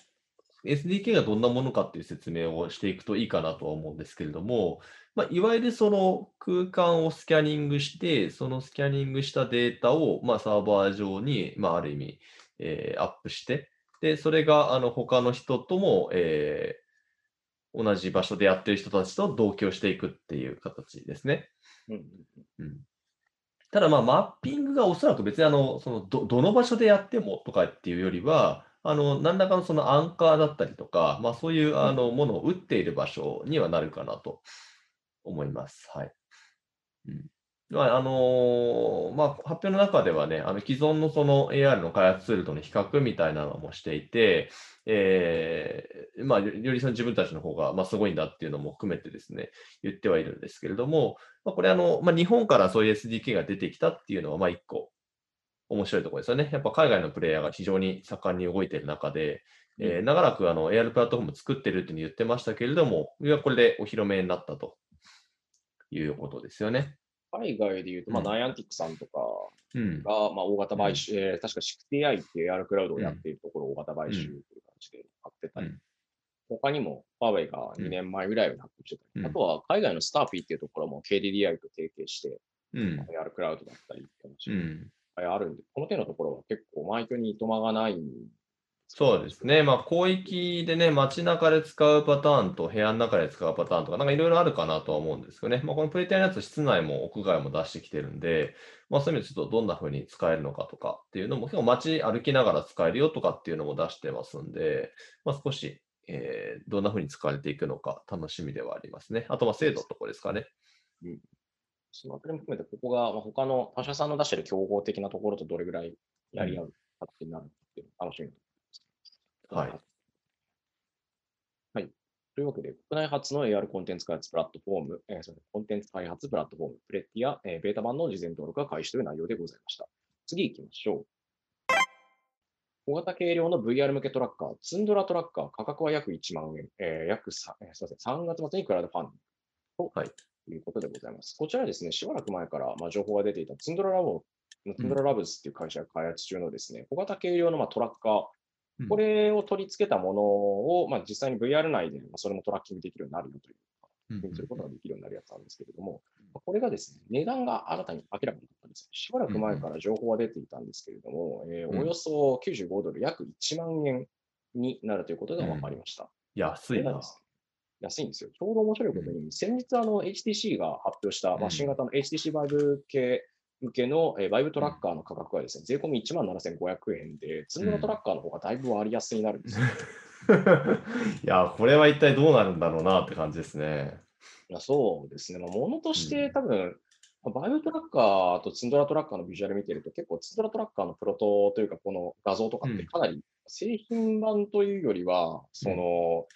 SDK がどんなものかっていう説明をしていくといいかなとは思うんですけれども、まあ、いわゆるその空間をスキャニングして、そのスキャニングしたデータを、まあ、サーバー上に、まあ、ある意味、アップして、で、それが他の人とも、同じ場所でやってる人たちと同居していくっていう形ですね。 うんうんうん。 うん。ただ、まあ、マッピングがおそらく別にどの場所でやってもとかっていうよりは、何らかのそのアンカーだったりとか、まあ、そういううんうん。 ものを打っている場所にはなるかなと思います。はい。うん。まあ、まあ、発表の中ではね、既存のその AR の開発ツールとの比較みたいなのもしていて、まあ、よりその自分たちの方が、まあ、すごいんだっていうのも含めてですね、言ってはいるんですけれども、まあ、これまあ、日本からそういう SDK が出てきたっていうのは、まあ、一個面白いところですよね。やっぱ海外のプレイヤーが非常に盛んに動いている中で、 うん。 長らくAR プラットフォーム作ってるっていうふうに言ってましたけれども、いやこれでお披露目になったということですよね。 海外で言うと、まあ、 うん。 ナイアンティックさんとかうん。 が、まあ、大型うん。 買収、確かシクティアイっていう AR クラウドをうん。 やっているところを大型買うん。 収という形で買ってたり、 うん。 他にも、ファーウェイがうん。 2年前ぐらいに発表してたり、 うん。 あとは海外のスターピーっていうところも KDDI と提携して、 うん。 AR クラウドだったりって話がいっうん。 ぱいあるんで、この手のところは結構、マイクにいとまがないんですかね。 そうですね。まあ、広域でね、街中で使うパターンと部屋の中で使うパターンとか、なんかいろいろあるかなとは思うんですけどね。まあ、このプレイヤーのやつ、室内も屋外も出してきてるんで、まあ、そういう意味でちょっとどんな風に使えるのかとかっていうのも、結構街歩きながら使えるよとかっていうのも出してますんで、まあ、少し、どんな風に使われていくのか楽しみではありますね。あと、まあ、精度のそうですところですかね。 ね。うん。そのあたりも含めて、ここが、まあ、他の他社さんの出してる競合的なところとどれぐらいうん。 やり合う形になるっていうのが楽しみなところです。 はい。 はい。というわけで、国内初の AR コンテンツ開発プラットフォーム、すみません、コンテンツ開発プラットフォーム、プレティア、ベータ版の事前登録が開始という内容でございました。次行きましょう。小型軽量の VR 向けトラッカー、ツンドラトラッカー、価格は約1万円、約さ、すみません、3月末にクラウドファンディングはい。 ということでございます。こちらですね、しばらく前から、まあ、情報が出ていたツうん。 ンドララブズっていう会社が開発中のですね、小型軽量のまあトラッカー、こうん。 れを取り付けたものを、まあ、実際に VR 内で、まあ、それもトラッキングできるようになるよという、 うん。うん。 確認することができるようになるやつなんですけれども、これがですね、値段が新たに明らかになったんです。しばらうん。うく前かん。 ら情報が出ていたんですけれども、 うん。 およそ95ドル、約1万円になるということが分かりうん。 ました。こ安いな。 れがですね、安いんですよ。ちょうど面白いうん。 ことに、先日HTC が発表した、まあ、新うん。 型の HTC バイブ系向けのバイブトうん。 ラッカーの価格はですね、税込み17,500円で、ツンドラトラうん。 ッカーの方がだいぶ割安になるんですよ。 いや、これは一体どうなるんだろうなって感じですね。 いや、そうですね。まあ、ものとしてうん。 多分、バイオトラッカーとツンドラトラッカーのビジュアル見てると、結構ツンドラトラッカーのプロトというか、この画像とかってうん。 かなり製品版というよりは、 うん。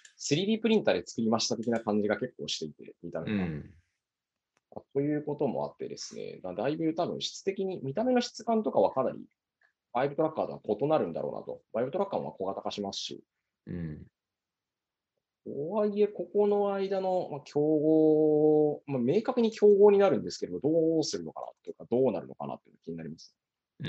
3D プリンターで作りました的な感じが結構していて、見た目が。 うん。 ということもあってですね、だいぶ多分質的に、見た目の質感とかはかなりバイブトラッカーとは異なるんだろうなと。バイブトラッカーも小型化しますし、 うん。 とはいえ、ここの間の、まあ、競合、まあ、明確に競合になるんですけど、どうするのかなというか、どうなるのかなっていうのが気になります。 うん。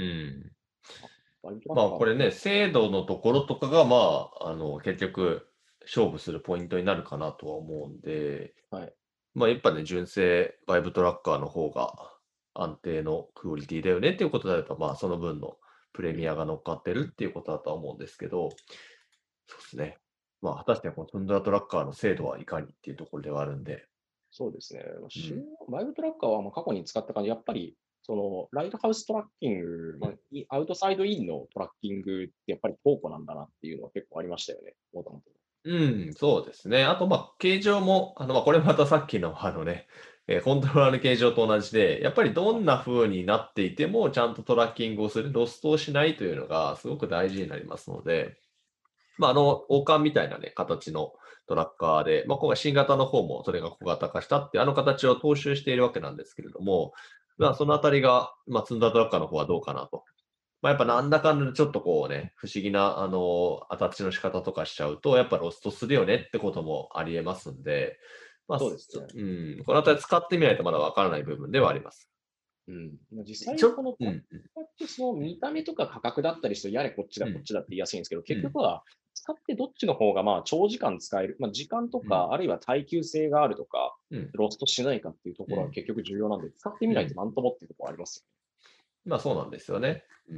バイブトラッまあ、 カーも、 これね、精度のところとかが、まあ、結局、勝負するポイントになるかなとは思うんで、 はい。 まあ、やっぱね、純正バイブトラッカーの方が安定のクオリティだよねっていうことであれば、まあ、その分のプレうん、 ミアが乗っかってるっていうことだとは思うんですけど、そうですね。まあ、果たしてこのトンドラトラッカーの精度はいかにっていうところではあるんで、 そうですね。 うん。 バイブトラッカーはまあ過去に使った感じ、やっぱり、ライトハウストラッキング、まあ、アウトサイドインのトラッキングってやっぱり宝庫なんだなっていうのは結構ありましたよね、もともと。 うん、そうですね。あと、まあ、形状も、まあ、これまたさっきのね、コントローラーの形状と同じで、やっぱりどんな風になっていても、ちゃんとトラッキングをする、ロストをしないというのがすごく大事になりますので、まあ、王冠みたいなね、形のトラッカーで、まあ、今回新型の方もそれが小型化したって、あの形を踏襲しているわけなんですけれども、まあ、そのあたりが、まあ、積んだトラッカーの方はどうかなと。まあ、やっぱうん、 なんだかんだでちょっとこうね、不思議なアタッチの仕方とかしちゃうと、やっぱロストするよねってこともあり得ますんで、まあ、 そうですね。 うん、このあたり使ってみないとまだわからない部分ではあります。 うん。実際、 ちょこのトラッうん、うん、 カーってその見た目とか価格だったりすると、やれこっちだ、 うん、 こっちだって言いやすいんですけど、 うん、 結局は使ってどっちの方がまあ長時間使える、まあ、時間とうん、 か、あるいは耐久性があるとか、 うん、 ロストしないかっていうところはうん、 結局重要なんで、使ってみないとうん。 なんともっていうところありますまあそうなんですよね。うん。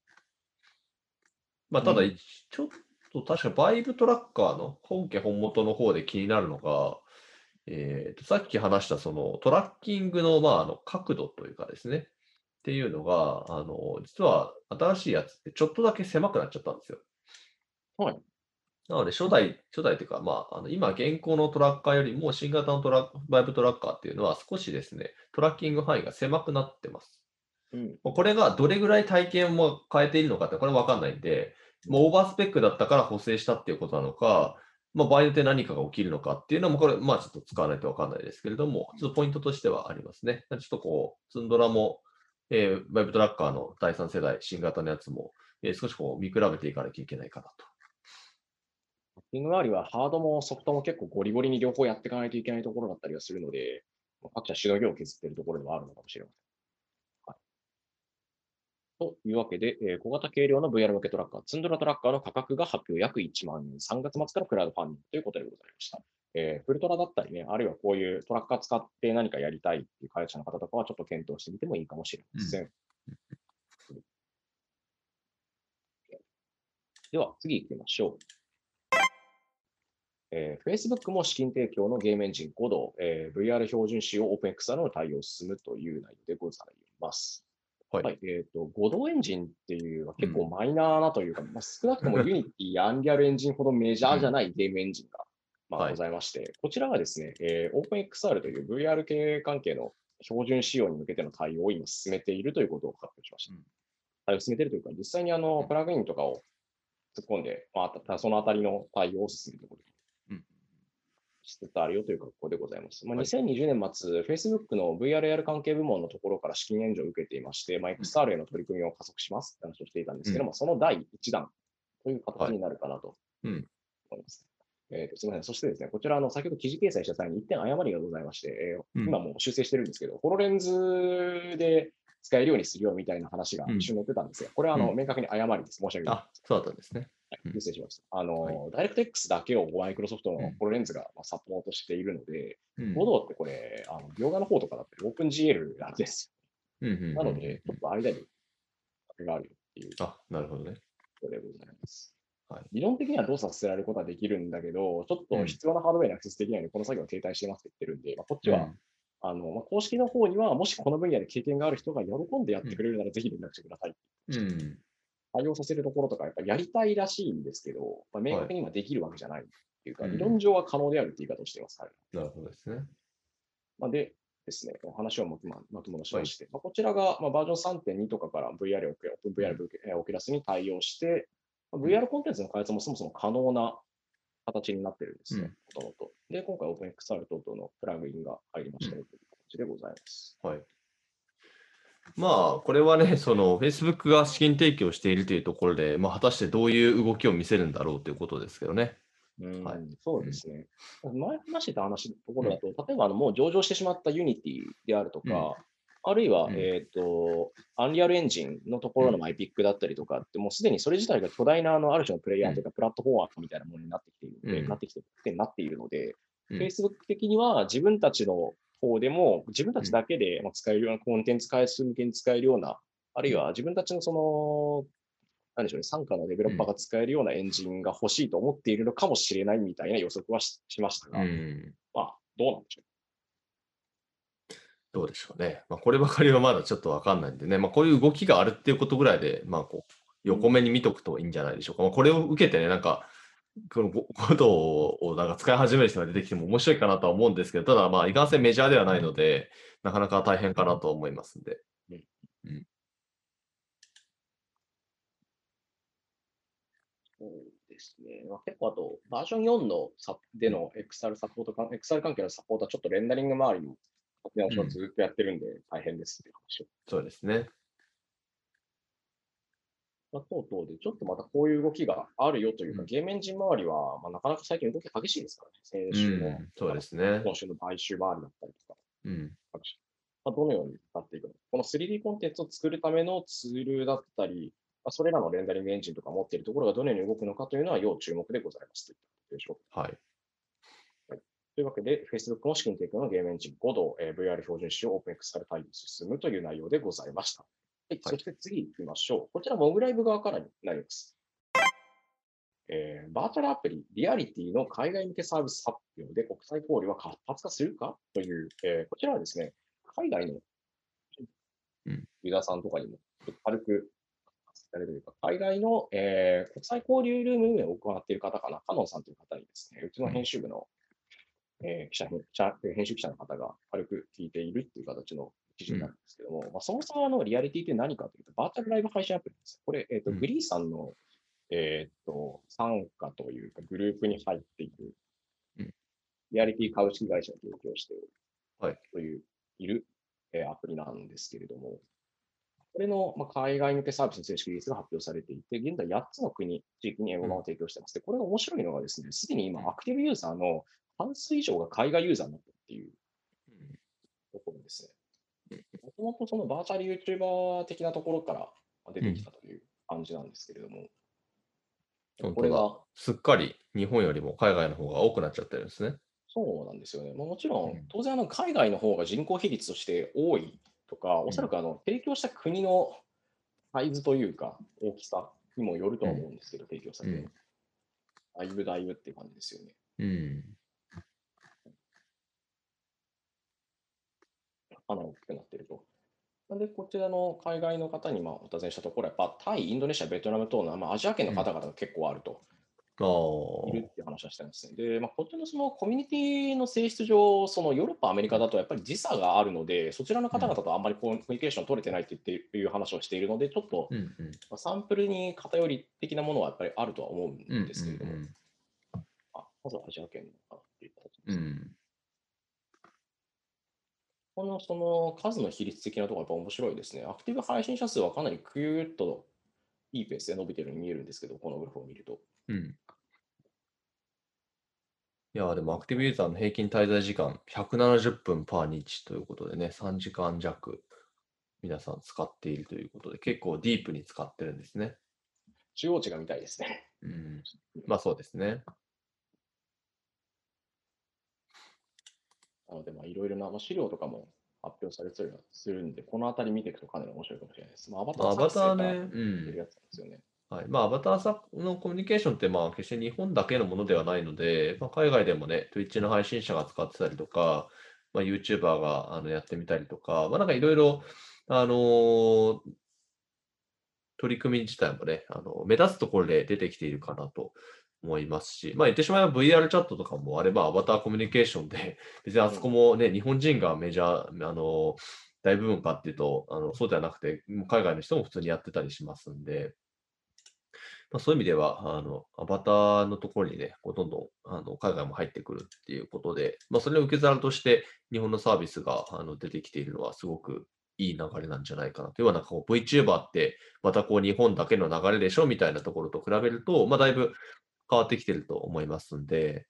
まあよね。 ただ、 うん。 ちょっと確かバイブトラッカーの本家本元の方で気になるのが、さっき話したそのトラッキングの、まあ、角度というかですね、っていうのが、実は新しいやつってちょっとだけ狭くなっちゃったんですよ。 はい。 なので、初代というか、まあ、今現行のトラッカーよりも新型のバイブトラッカーっていうのは少しですね、トラッキング範囲が狭くなってます。 うん。 これがどれぐらい体験を変えているのかって、これわかんないんで、 うん。 もうオーバースペックだったから補正したっていうことなのか、まあ、場合によって何かが起きるのかっていうのも、これ、まあちょっと使わないとわかんないですけれども、ちょっとポイントとしてはありますね。ちょっとこう、ツンドラも、バイブトラッカーの第3世代、新型のやつも、少しこう見比べていかなきゃいけないかなと。 パッキング周りはハードもソフトも結構ゴリゴリに両方やっていかないといけないところだったりはするので、各社しのぎを削っているところではあるのかもしれません。はい。というわけで、小型軽量の VR 向けトラッカー、ツンドラトラッカーの価格が発表約1万円、3月末からクラウドファンディングということでございました。フルトラだったりね、あるいはこういうトラッカー使って何かやりたいっていう開発者の方とかはちょっと検討してみてもいいかもしれません。では、次行きましょう。Facebook も資金提供のゲームエンジン5度、VR 標準仕様 OpenXR の対応を進むという内容でございます。 はい。 はい。5度エンジンっていうのはうん。 結構マイナーなというか、まあ、少なくとも Unity や Unreal エンジンほどメジャーじゃうん。 ないゲームエンジンが、まあ、ごはい。 ざいまして、こちらがですね、OpenXR という VR 系関係の標準仕様に向けての対応を今進めているということを発表しました。 うん。 対応を進めているというか、実際にうん。 プラグインとかを突っ込んで、まあ、そのあたりの対応を進めていることうん。 しつつあるよという格好でございます。まあ、 はい。 2020年末、Facebook の VRAR 関係部門のところから資金援助を受けていまして、まあ、 うん。 XR への取り組みを加速しますって話をしていたんですけどうん。 も、その第1弾という形はい。 になるかなとうん。 思います。すみません。そしてですね、こちら、先ほど記事掲載した際に1点誤りがございまして、 うん。 今もう修正してるんですけど、ホロレンズで使えるようにするよみたいな話がうん。 一瞬載ってたんですが、これはうん。 明確に誤りです。申し訳ございまあ、そうだったんですね。 せん。 うん。 失礼しました。 はい。 ダイレクト X だけをマイクロソフトのうん。 ホロレンズがサポートしているので、 うん。 ボドってこれ、描画の方とかだったり、OpenGL なんですうん。うん。うん。 よ。なので、ちょっうん。 と間に壁があるよっていうあ、なるほどね。 ことでございます。 はい。 理論的には動作させられることはできるんだけど、ちょっとうん。 必要なハードウェアにアクセスできないので、この作業は停滞してますって言ってるんで、まあ、こっちは、 うん。 公式の方には、もしこの分野で経験がある人が喜んでやっうん。 てくれるなら、ぜひ連絡してください。 うん。 対応させるところとか、やっぱりやりたいらしいんですけど、まあ、明はい。 確に今できるわけじゃないっていうか、理論うん。 上は可能であるって言い方をしています。はい。 なるほどですね。 まあ、でですね、話をまと戻しはい。 まして、こちらが、バージョン3.2とかから VR を、 う VR ん。 オキュラスに対応して、 うん。 VR コンテンツの開発もそもそも可能な形になってるんですね、 うん。 もともと。で、今回 OpenXR 等々のプラグインが入りまうん。 したよという形でございます。 はい。まあ、これはね、その Facebook が資金提供しているというところで、まあ、果たしてどういう動きを見せるんだろうということですけどね。はい。 そううん。 ですね。前話してたとこうん。 ろだと、例えばもう上場してしまった Unity であるとうん。 か、あるいは、 うん。 アンリアルエンジンのところのうん。 マイピックだったりとかって、もうすでにそれ自体が巨大なある種のプレイうん。 ヤーというか、プラットフォーマーみたいなものになってきているので、 うん。 なっているので、 うん。 Facebook 的には自分たちの方でも、自分たうん。 ちだけで使えるようなコンテンツ開発向けに使えるような、あるいうん。 は自分たちのなんでしょうね、傘下のデベロッパーうん。 が使えるようなエンジンが欲しいと思っているのかもしれないみたいな予測はしましたうが、 ん。 まあ、どうなんでしょどうでしょうね。まあ、こればかりはまだちょっとわかんないんでね、まあ、こういう動きがあるっていうことぐらいで、まあ、こう、 う。 横目に見とくといいんじゃないでしょうか。まあ、これを受けてね、なんか、このことをなんか使い始める人が出てきても面白いかなとは思うんですけど、ただまあ、いかんせんメジャーではないので、なかなか大変かなと思いますんで。 うん、 うん。 そうですね。結構あと、バージョン4のでうん。 の XR サポートXR 関係のサポートはちょっとレンダリング周りの書き直しをうん。 ずっとやってるんで大変ですっていう話を。 そうですね。 等々で、ちょっとまたこういう動きがあるよというか、 うん。 ゲームエンジン周りは、なかなか最近動き激しいですからね。先う週の、 ん。そうですね。 今週の買収周りだったりとか、 うん。 どのように使っていくのかこの 3D コンテンツを作るためのツールだったり、それらのレンダリングエンジンとか持っているところがどのように動くのかというのは要注目でございますといったことでしょうか。 はい。 はい、というわけで、Facebook の資金提供のゲームエンジン5度、VR 標準仕様 OpenX から対応進むという内容でございました。はい、そして次行きましょう。こちら、モグライブ側からになります。バーチャルアプリ、リアリティの海外向けサービス発表で国際交流は活発化するかという、こちらはですね、海外のユーザーさんとかにも軽くされるというか、海外の、国際交流ルーム運営を行っている方かな、カノンさんという方にですね、うちの編集部の、編集記者の方が軽く聞いているっていう形の記事になるんですけども、そもそもリアリティって何かというと、バーチャルライブ配信アプリです。これ、グリーさんの参加というか、グループに入っている、リアリティ株式会社を提供している、という、アプリなんですけれども、これの海外向けサービスの正式リリースが発表されていて、現在8つの国、地域に英語版を提供しています。で、これが面白いのがですね、すでに今、アクティブユーザーの半数以上が海外ユーザーになったっていうところですね。もともとそのバーチャル YouTuber 的なところから出てきたという感じなんですけれども、 これがすっかり日本よりも海外の方が多くなっちゃってるんですね。 そうなんですよね。もちろん、当然海外の方が人口比率として多いとか、おそらく提供した国のサイズというか、大きさにもよるとは思うんですけど、提供先の。だいぶっていう感じですよね。かなり大きくなってると。なんで、こちらの海外の方にお尋ねしたところ、やっぱタイ、インドネシア、ベトナム等のアジア圏の方々が結構あると。いるっていう話はしてますね。で、こっちのそのコミュニティの性質上、そのヨーロッパ、アメリカだとやっぱり時差があるので、そちらの方々とあんまりコミュニケーション取れてないっていう話をしているので、ちょっとサンプルに偏り的なものはやっぱりあるとは思うんですけれども、まずはアジア圏の方っていう形ですね。このその数の比率的なところやっぱ面白いですね。アクティブ配信者数はかなりクーッといいペースで伸びてるように見えるんですけど、このグラフを見ると。 いや、でもアクティブユーザーの平均滞在時間170分パー日ということでね、3時間弱皆さん使っているということで、結構ディープに使ってるんですね。 中央値が見たいですね。 そうですね。 なので、いろいろな資料とかも発表されたりするんで、このあたり見ていくとかなり面白いかもしれないです。アバター作成からやってるやつなんですよね。 アバターのコミュニケーションって決して日本だけのものではないので、海外でもね、Twitch の配信者が使ってたりとか、YouTuber がやってみたりとか、なんかいろいろ、取り組み自体もね、目立つところで出てきているかなと思いますし、言ってしまえば VR チャットとかもあれば、アバターコミュニケーションで、別にあそこもね、日本人がメジャー、大部分かっていうと、そうではなくて、海外の人も普通にやってたりしますんで、そういう意味では、アバターのところにね、どんどん海外も入ってくるっていうことで、それを受け皿として日本のサービスが出てきているのはすごくいい流れなんじゃないかなというような、VTuber ってまた日本だけの流れでしょみたいなところと比べると、だいぶ変わってきてると思いますんで、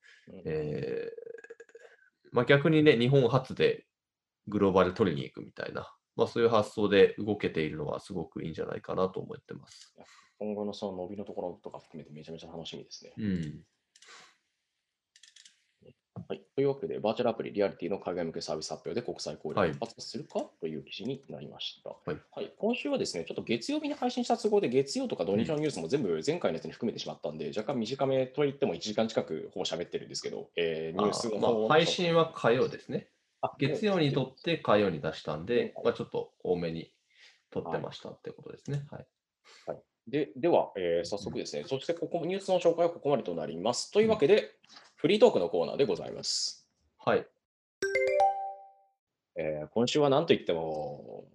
逆にね、日本初でグローバル取りに行くみたいな、そういう発想で動けているのはすごくいいんじゃないかなと思ってます。 今後のその伸びのところとか含めてめちゃめちゃ楽しみですね。はい。というわけで、バーチャルアプリリアリティの海外向けサービス発表で国際交流を活発化するかという記事になりました。今週はですね、ちょっと月曜日に配信した都合で、月曜とか土日のニュースも全部前回のやつに含めてしまったんで、若干短めといっても1時間近くほぼ喋ってるんですけど、ニュースの方配信は火曜ですね。月曜にとって火曜に出したんで、ちょっと多めに撮ってましたってことですね。 では、早速ですね、そしてニュースの紹介はここまでとなります。というわけで、フリートークのコーナーでございます。今週は何と言っても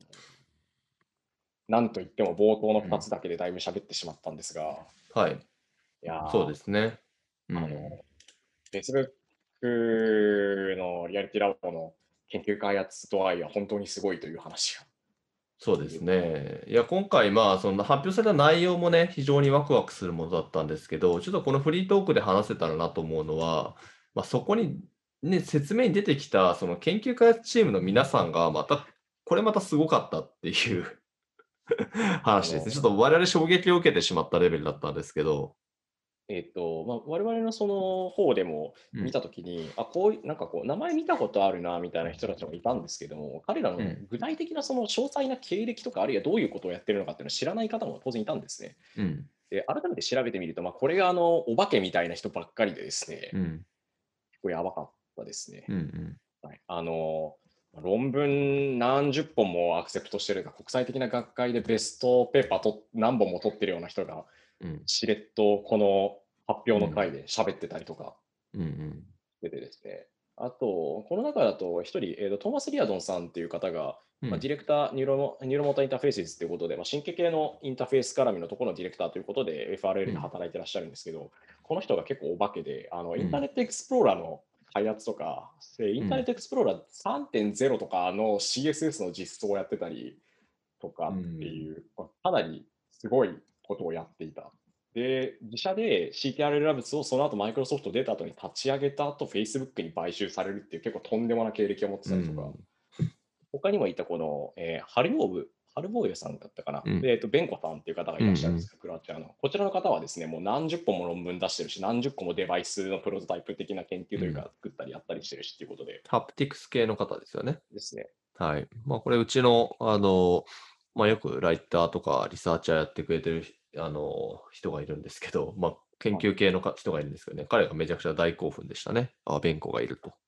冒頭の2つだけでだいぶ喋ってしまったんですが、 そうですね。 Facebook のリアリティラボの研究開発度合いは本当にすごいという話が。 そうですね。いや、今回、その発表された内容もね、非常にワクワクするものだったんですけど、ちょっとこのフリートークで話せたらなと思うのは、そこにね、説明に出てきた、その研究開発チームの皆さんが、またこれまたすごかったっていう話ですね。ちょっあの、 と我々衝撃を受けてしまったレベルだったんですけど。 我々のその方でも見うん、 たときに、あ、こういう、なんかこう、名前見たことあるなみたいな人たちもいたんですけども、彼らのうん、 具体的なその詳細な経歴とか、あるいはどういうことをやってるのかっていうのを知らない方も当然いたんですね。 うん、 で、改めて調べてみると、これがお化けみたいな人ばっかりでですね、 うん、 結構やばかったですね。 うん、うん、 はい、論文何十本もアクセプトしてるか、国際的な学会でベストペーパー何本も取ってるような人が、 うん、 しれっとこの発表のうん、 会で喋ってたりとかうん、 しててですね。あと、この中だと一人、トーマス・リアドンさんっていう方が、 うん、 ディレクター、ニューロモーターインターフェースということで、神経系のインターフェース絡みのところのディレクターということで FRL でうん、 働いてらっしゃるんですけど、この人が結構お化けで、イうん、 ンターネットエクスプローラーの開発とか、イうん、 ンターネットエクスプローラー3.0とかの CSS の実装をやってたりとかうっていん、 う、かなりすごいことをやっていた。で、自社で CTRL ラブスをその後マイクロソフト出た後に立ち上げた後、Facebook に買収されるっていう結構とんでもな経歴を持ってたりとか、他にもいたこの、ハルボーユさんだったかな。 うん、 で、ベンコさんっていう方がいうん、 らっしゃるんですけど、クロアチアの。こちらの方はですね、もう何十本も論文出してるし、何十個もデバイスのプロトタイプ的な研究といううん。 か作ったりやったりしてるしっていうことでハプティクス系の方ですよね。 ですね。 はい。これうちの、よくライターとかリサーチャーやってくれてる、人がいるんですけど、研はい。 究系の人がいるんですけどね、彼がめちゃくちゃ大興奮でしたね。あ、ベンコがいると。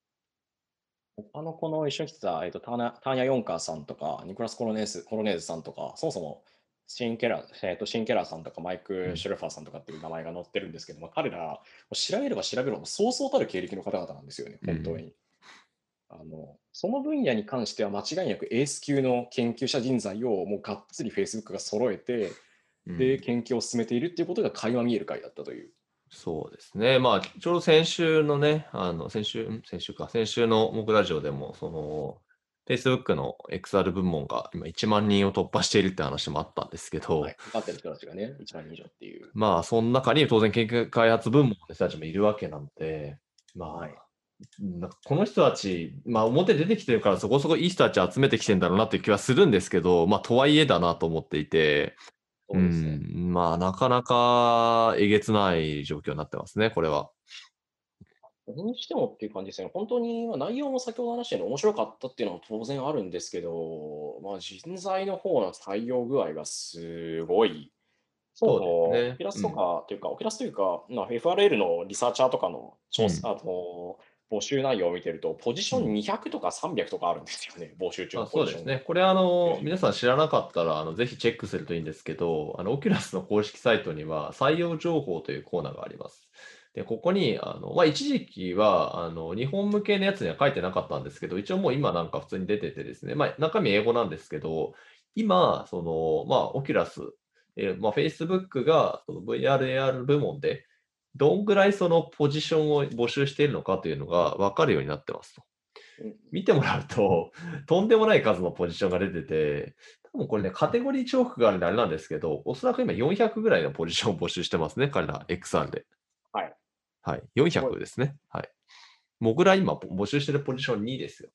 この一緒に来てた、ターニャ・ヨンカーさんとか、ニコラス・コロネーズさんとか、そもそもシン・ケラーさんとか、マイク・うん。 シュレファーさんとかっていう名前が載ってるんですけども、彼ら、調べれば調べるほど、そうそうたる経歴の方々なんですよね、 うん。 本当に。その分野に関しては間違いなくエース級の研究者人材をもうがっつり Facebook が揃えて、で、 うん。 研究を進めているっていうことが垣間見える回だったという。 そうですね。ちょうど先週のね、先週のモグラジオでも、Facebook の XR 部門が今1万人を突破しているって話もあったんですけど、 はい。かかってる人たちがね、1万人以上っていう。 その中に当然研究開発部門の人たちもいるわけなので、 はい。 なんかこの人たち、表出てきてるからそこそこいい人たち集めてきてんだろうなっていう気はするんですけど、とはいえだなと思っていて、 そうですね。 なかなかえげつない状況になってますね、これは。 それにしてもっていう感じですね。本当に、内容も先ほど話したように面白かったっていうのは当然あるんですけど、人材の方の採用具合がすごい、そもそうそもオですね。 キュラスとうん。 かというか、オキュラスというか、FRL のリサーチャーとかのうん。 募集内容を見てると、ポジションうん。 200とか300とかあるんですよね、募集中のポジションが。 そうですね。これ皆さん知らなかったら、ぜひチェックするといいんですけど、オキュラスの公式サイトには採用情報というコーナーがあります。で、ここに、一時期は、日本向けのやつには書いてなかったんですけど、一応もう今なんか普通に出ててですね、中身英語なんですけど、今、オキュラス、Facebook がその VR、AR 部門で、どんぐらいそのポジションを募集しているのかというのが分かるようになってますと。 うん、 見てもらうと、とんでもない数のポジションが出てて、多分これね、カテゴリー重複があるんであれなんですけど、おそらく今400ぐらいのポジションを募集してますね、彼ら XR で。 はい。 はい。 すごい。 400ですね。はい。もぐら今募集してるポジション2ですよ。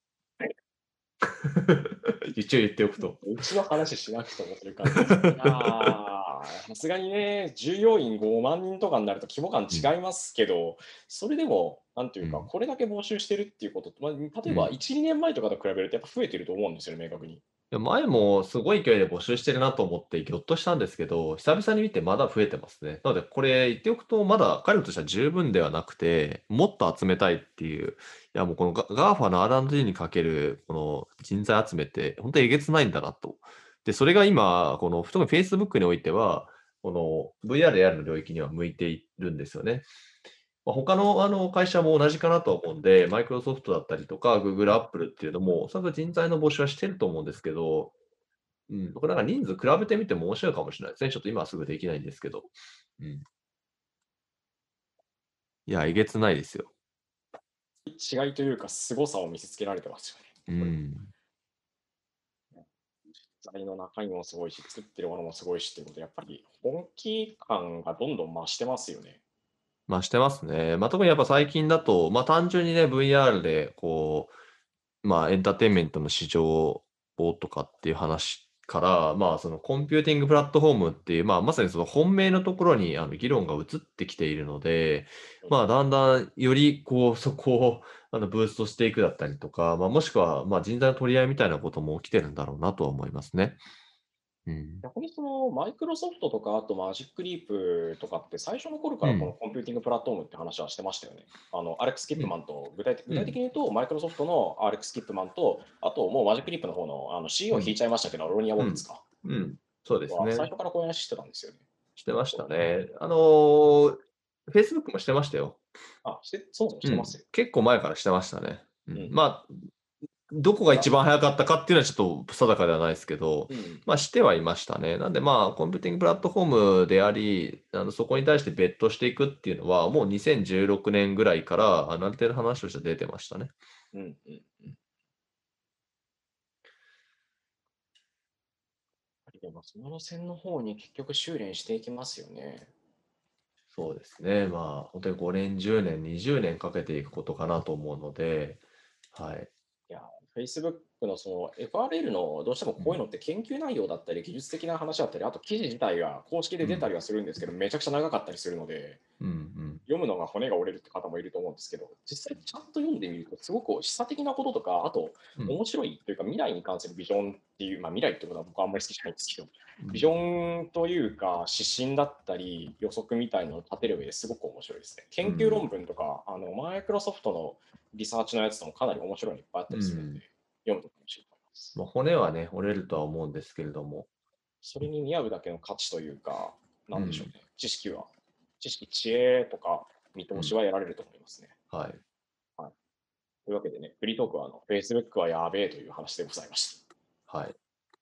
一応言っておくと。 うちの話しなくてもという感じです。いやー、さすがにね、従業員5万人とかになると規模感うん。 違いますけど、それでも、なんていうか、 うん。 これだけ募集してるっていうこと、例えばうん。 1、2年前とかと比べるとやっぱ増えてると思うんですよね、明確に。 いや、前もすごい勢いで募集してるなと思ってぎょっとしたんですけど、久々に見てまだ増えてますね。なので、これ言っておくと、まだ彼らとしては十分ではなくて、もっと集めたいっていう、いやもうこのGAFA の R&D にかけるこの人材集めって本当にえげつないんだなと。で、それが今、特に Facebook においては、この VR、AR の領域には向いているんですよね。他の会社も同じかなと思うんで、マイクロソフトだったりとか、Google、Apple っていうのも、おそらく人材の募集はしてると思うんですけど、これなんか人数比べてみても面白いかもしれないですね。ちょっと今はすぐできないんですけど。うん。いや、えげつないですよ。 違いというか、凄さを見せつけられてますよね。 うこれん。 実際の中身もすごいし、作ってるものもすごいしっていうことで、やっぱり本気感がどんどん増してますよね。 してますね。特にやっぱ最近だと、単純にね、VR でエンターテインメントの市場を歩とかっていう話から、まあ、そのコンピューティングプラットフォームっていう、まあ、まさにその本命のところに議論が移ってきているので、まあ、だんだんよりこう、そこをブーストしていくだったりとか、まあ、もしくは、まあ、人材の取り合いみたいなことも起きてるんだろうなとは思いますね。うん。 逆にそのマイクロソフトとか、あとマジックリープとかって最初の頃からこのうん。 コンピューティングプラットフォームって話はしてましたよね。アレックス・キッうん。 プマンと、具体的うん。 に言うと、マイクロソフトのアレックス・キップマンと、あともうマジックリープの方のCEO うん。 引いちゃいましたけど、ロニア・ウォうん。 ルツか。 うん。そうですは最ね。 初からこういう話してたんですよね。 してましたね。Facebook もしてましたよ。 そもそもしうん。 てますよ。 結構前からしてましたね。うん。 うん。 まあ、どこがただ、 一番早かったかっていうのはちょっと定かではないですけど、 うん。 まあ、してはいましたね。なんで、まあ、コンピューティングプラットフォームであり、そこに対してベットしていくっていうのは、もう2016年ぐらいから、ある程度話として出てましたね。 うん。うん。うん。でも、その路線の方に結局修練していきますよね。 そうですね。まあ、本当に5年、10年、20年かけていくことかなと思うので、はい。 いや、Facebook のその FRL のどうしてもうん。 こういうのって研究内容だったり、技術的な話だったり、あと記事自体が公式でうん。 出たりはするんですけど、めちゃくちゃ長かったりするので、 うん。うん。 読むのが骨が折れるって方もいると思うんですけど、実際ちゃんと読んでみると、すごく示唆的なこととか、あとうん。 面白いというか、未来に関するビジョンっていう、まあ、未来ってことは僕はあんまり好きじゃないんですけど、ビジうん。 ョンというか、指針だったり、予測みたいなのを立てる上ですごく面白いですね。研究論文とか、マイクロソフトのリサーチのやつともかなり面白いのいっぱいあったりするので、 うん。 読むと楽しいと思います。 まあ、骨はね、折れるとは思うんですけれども。 それに見合うだけの価値というか、 うん。 なんでしょうね。知識、知恵とか見通しうん。 は得られると思いますね。 はい。 はい。というわけでね、フリートークはFacebook はやべえという話でございました。 はい。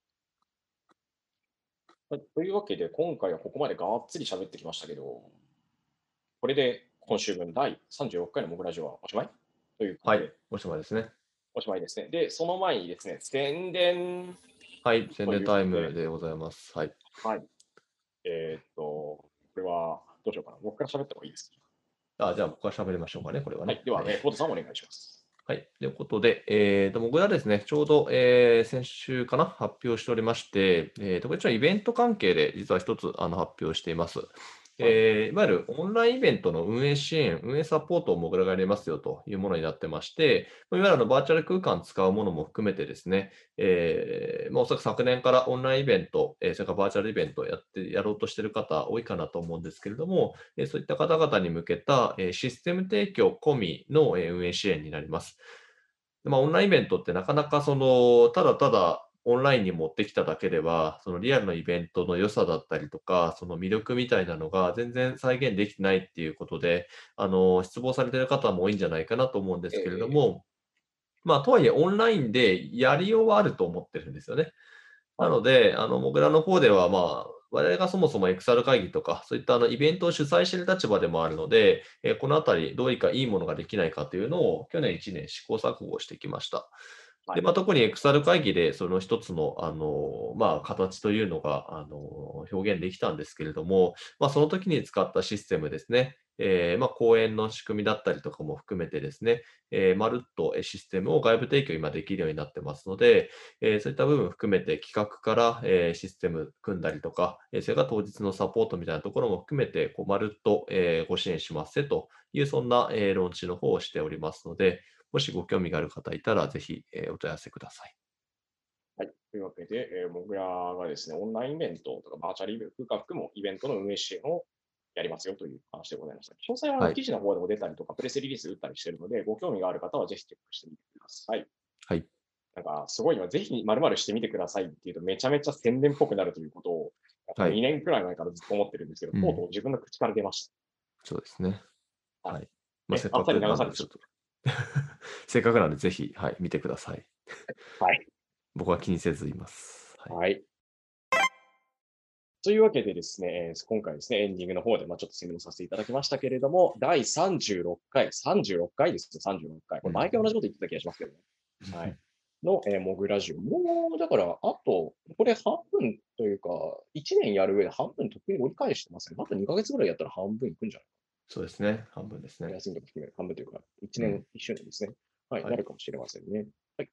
はい、というわけで、今回はここまでがっつり喋ってきましたけど、これで今週分第36回のモグラジオはおしまいというこはい。 とで、 おしまいですね。 おしまいですね。で、その前にですね、宣伝はい。宣と伝いうことで、 タイムでございます。はい。 はい。これはどうしようかな。僕から喋った方がいいですか？ あ、じゃあ僕は喋りましょうかね、これはね。 はい。では、 はい。 ポートさんお願いします。 はい。ということで、僕はですね、ちょうど、先週かな、発表しておりまして、これちょっとイベント関係で実は一つ発表しています。 はい。 いわゆるオンラインイベントの運営支援、運営サポートをモグラがやりますよというものになってまして、いわゆるバーチャル空間使うものも含めてですね、まあ、おそらく昨年からオンラインイベント、それからバーチャルイベントをやろうとしている方多いかなと思うんですけれども、そういった方々に向けた、システム提供込みの、運営支援になります。まあ、オンラインイベントってなかなかただただオンラインに持ってきただけでは、そのリアルのイベントの良さだったりとか、その魅力みたいなのが全然再現できてないっていうことで、失望されている方も多いんじゃないかなと思うんですけれどえも、まあ、とはいえオンラインでやりようはあると思ってるんですよね。なはい。 ので、モグラの方では、まあ、我々がそもそも XR 会議とか、そういったイベントを主催している立場でもあるので、このあたりどうにかいいものができないかというのを去年1年試行錯誤してきました。で、 はい。 まあ、特に XR 会議でその一つの、まあ、形というのが、表現できたんですけれども、まあ、その時に使ったシステムですね。まあ、講演の仕組みだったりとかも含めてですね、まるっとシステムを外部提供今できるようになってますので、そういった部分含めて企画から、システム組んだりとか、それから当日のサポートみたいなところも含めて、こうまるっと、ご支援しますという、そんな、ローンチの方をしておりますので、もしご興味がある方いたら、ぜひ、お問い合わせください。 はい。というわけで、僕らがですね、オンラインイベントとかバーチャルイベント、空間含むイベントの運営支援をやりますよという話でございました。詳細ははい。 記事の方でも出たりとか、プレスリリース打ったりしているので、ご興味がある方はぜひチェックしてみてください。 はい。 なんか、すごい今、ぜひ〇〇してみてくださいっていうと、めちゃめちゃ宣伝っぽくなるということを、 はい。 2年くらい前からずっと思ってるんですけど、とうとううん。 自分の口から出ましそうですね。 た。はい。 はい。まあ、せっかあっさりくなんで、 流されてしちょっとせっかくなんで、ぜひ、はい、見てください。 まう。はい。 僕は気にせず言います。はい。 はい。というわけでですね、今回ですね、エンディングの方で、ちょっと宣伝させていただきましたけれども、第36回、36回ですよ、36回。これ毎回同じこと言ってた気がしますけどね。はい。の、モグラジオ。もう、だから、あと、これ半分というか、1年やる上で半分とっくに折り返してますね。あと2ヶ月ぐらいやったら半分いくんじゃないそうですね。半分ですね。 かな。休みとか含める半分というか、1年、 うん。 1周年ですね。はい、 はい。 なるかもしれませんね。はい。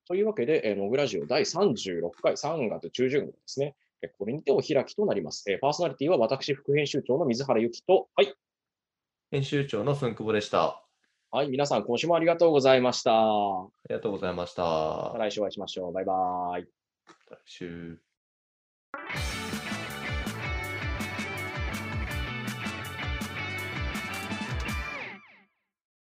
というわけで、モグラジオ第36回、3月中旬号ですね。これにてお開きとなります。パーソナリティは私、副編集長の水原由紀と、はい。 編集長の寸久保でした。あはい、皆さん今週もありがとうございました。まりがとうございました。 た来週お会いしましょう。バイバイ。 来週。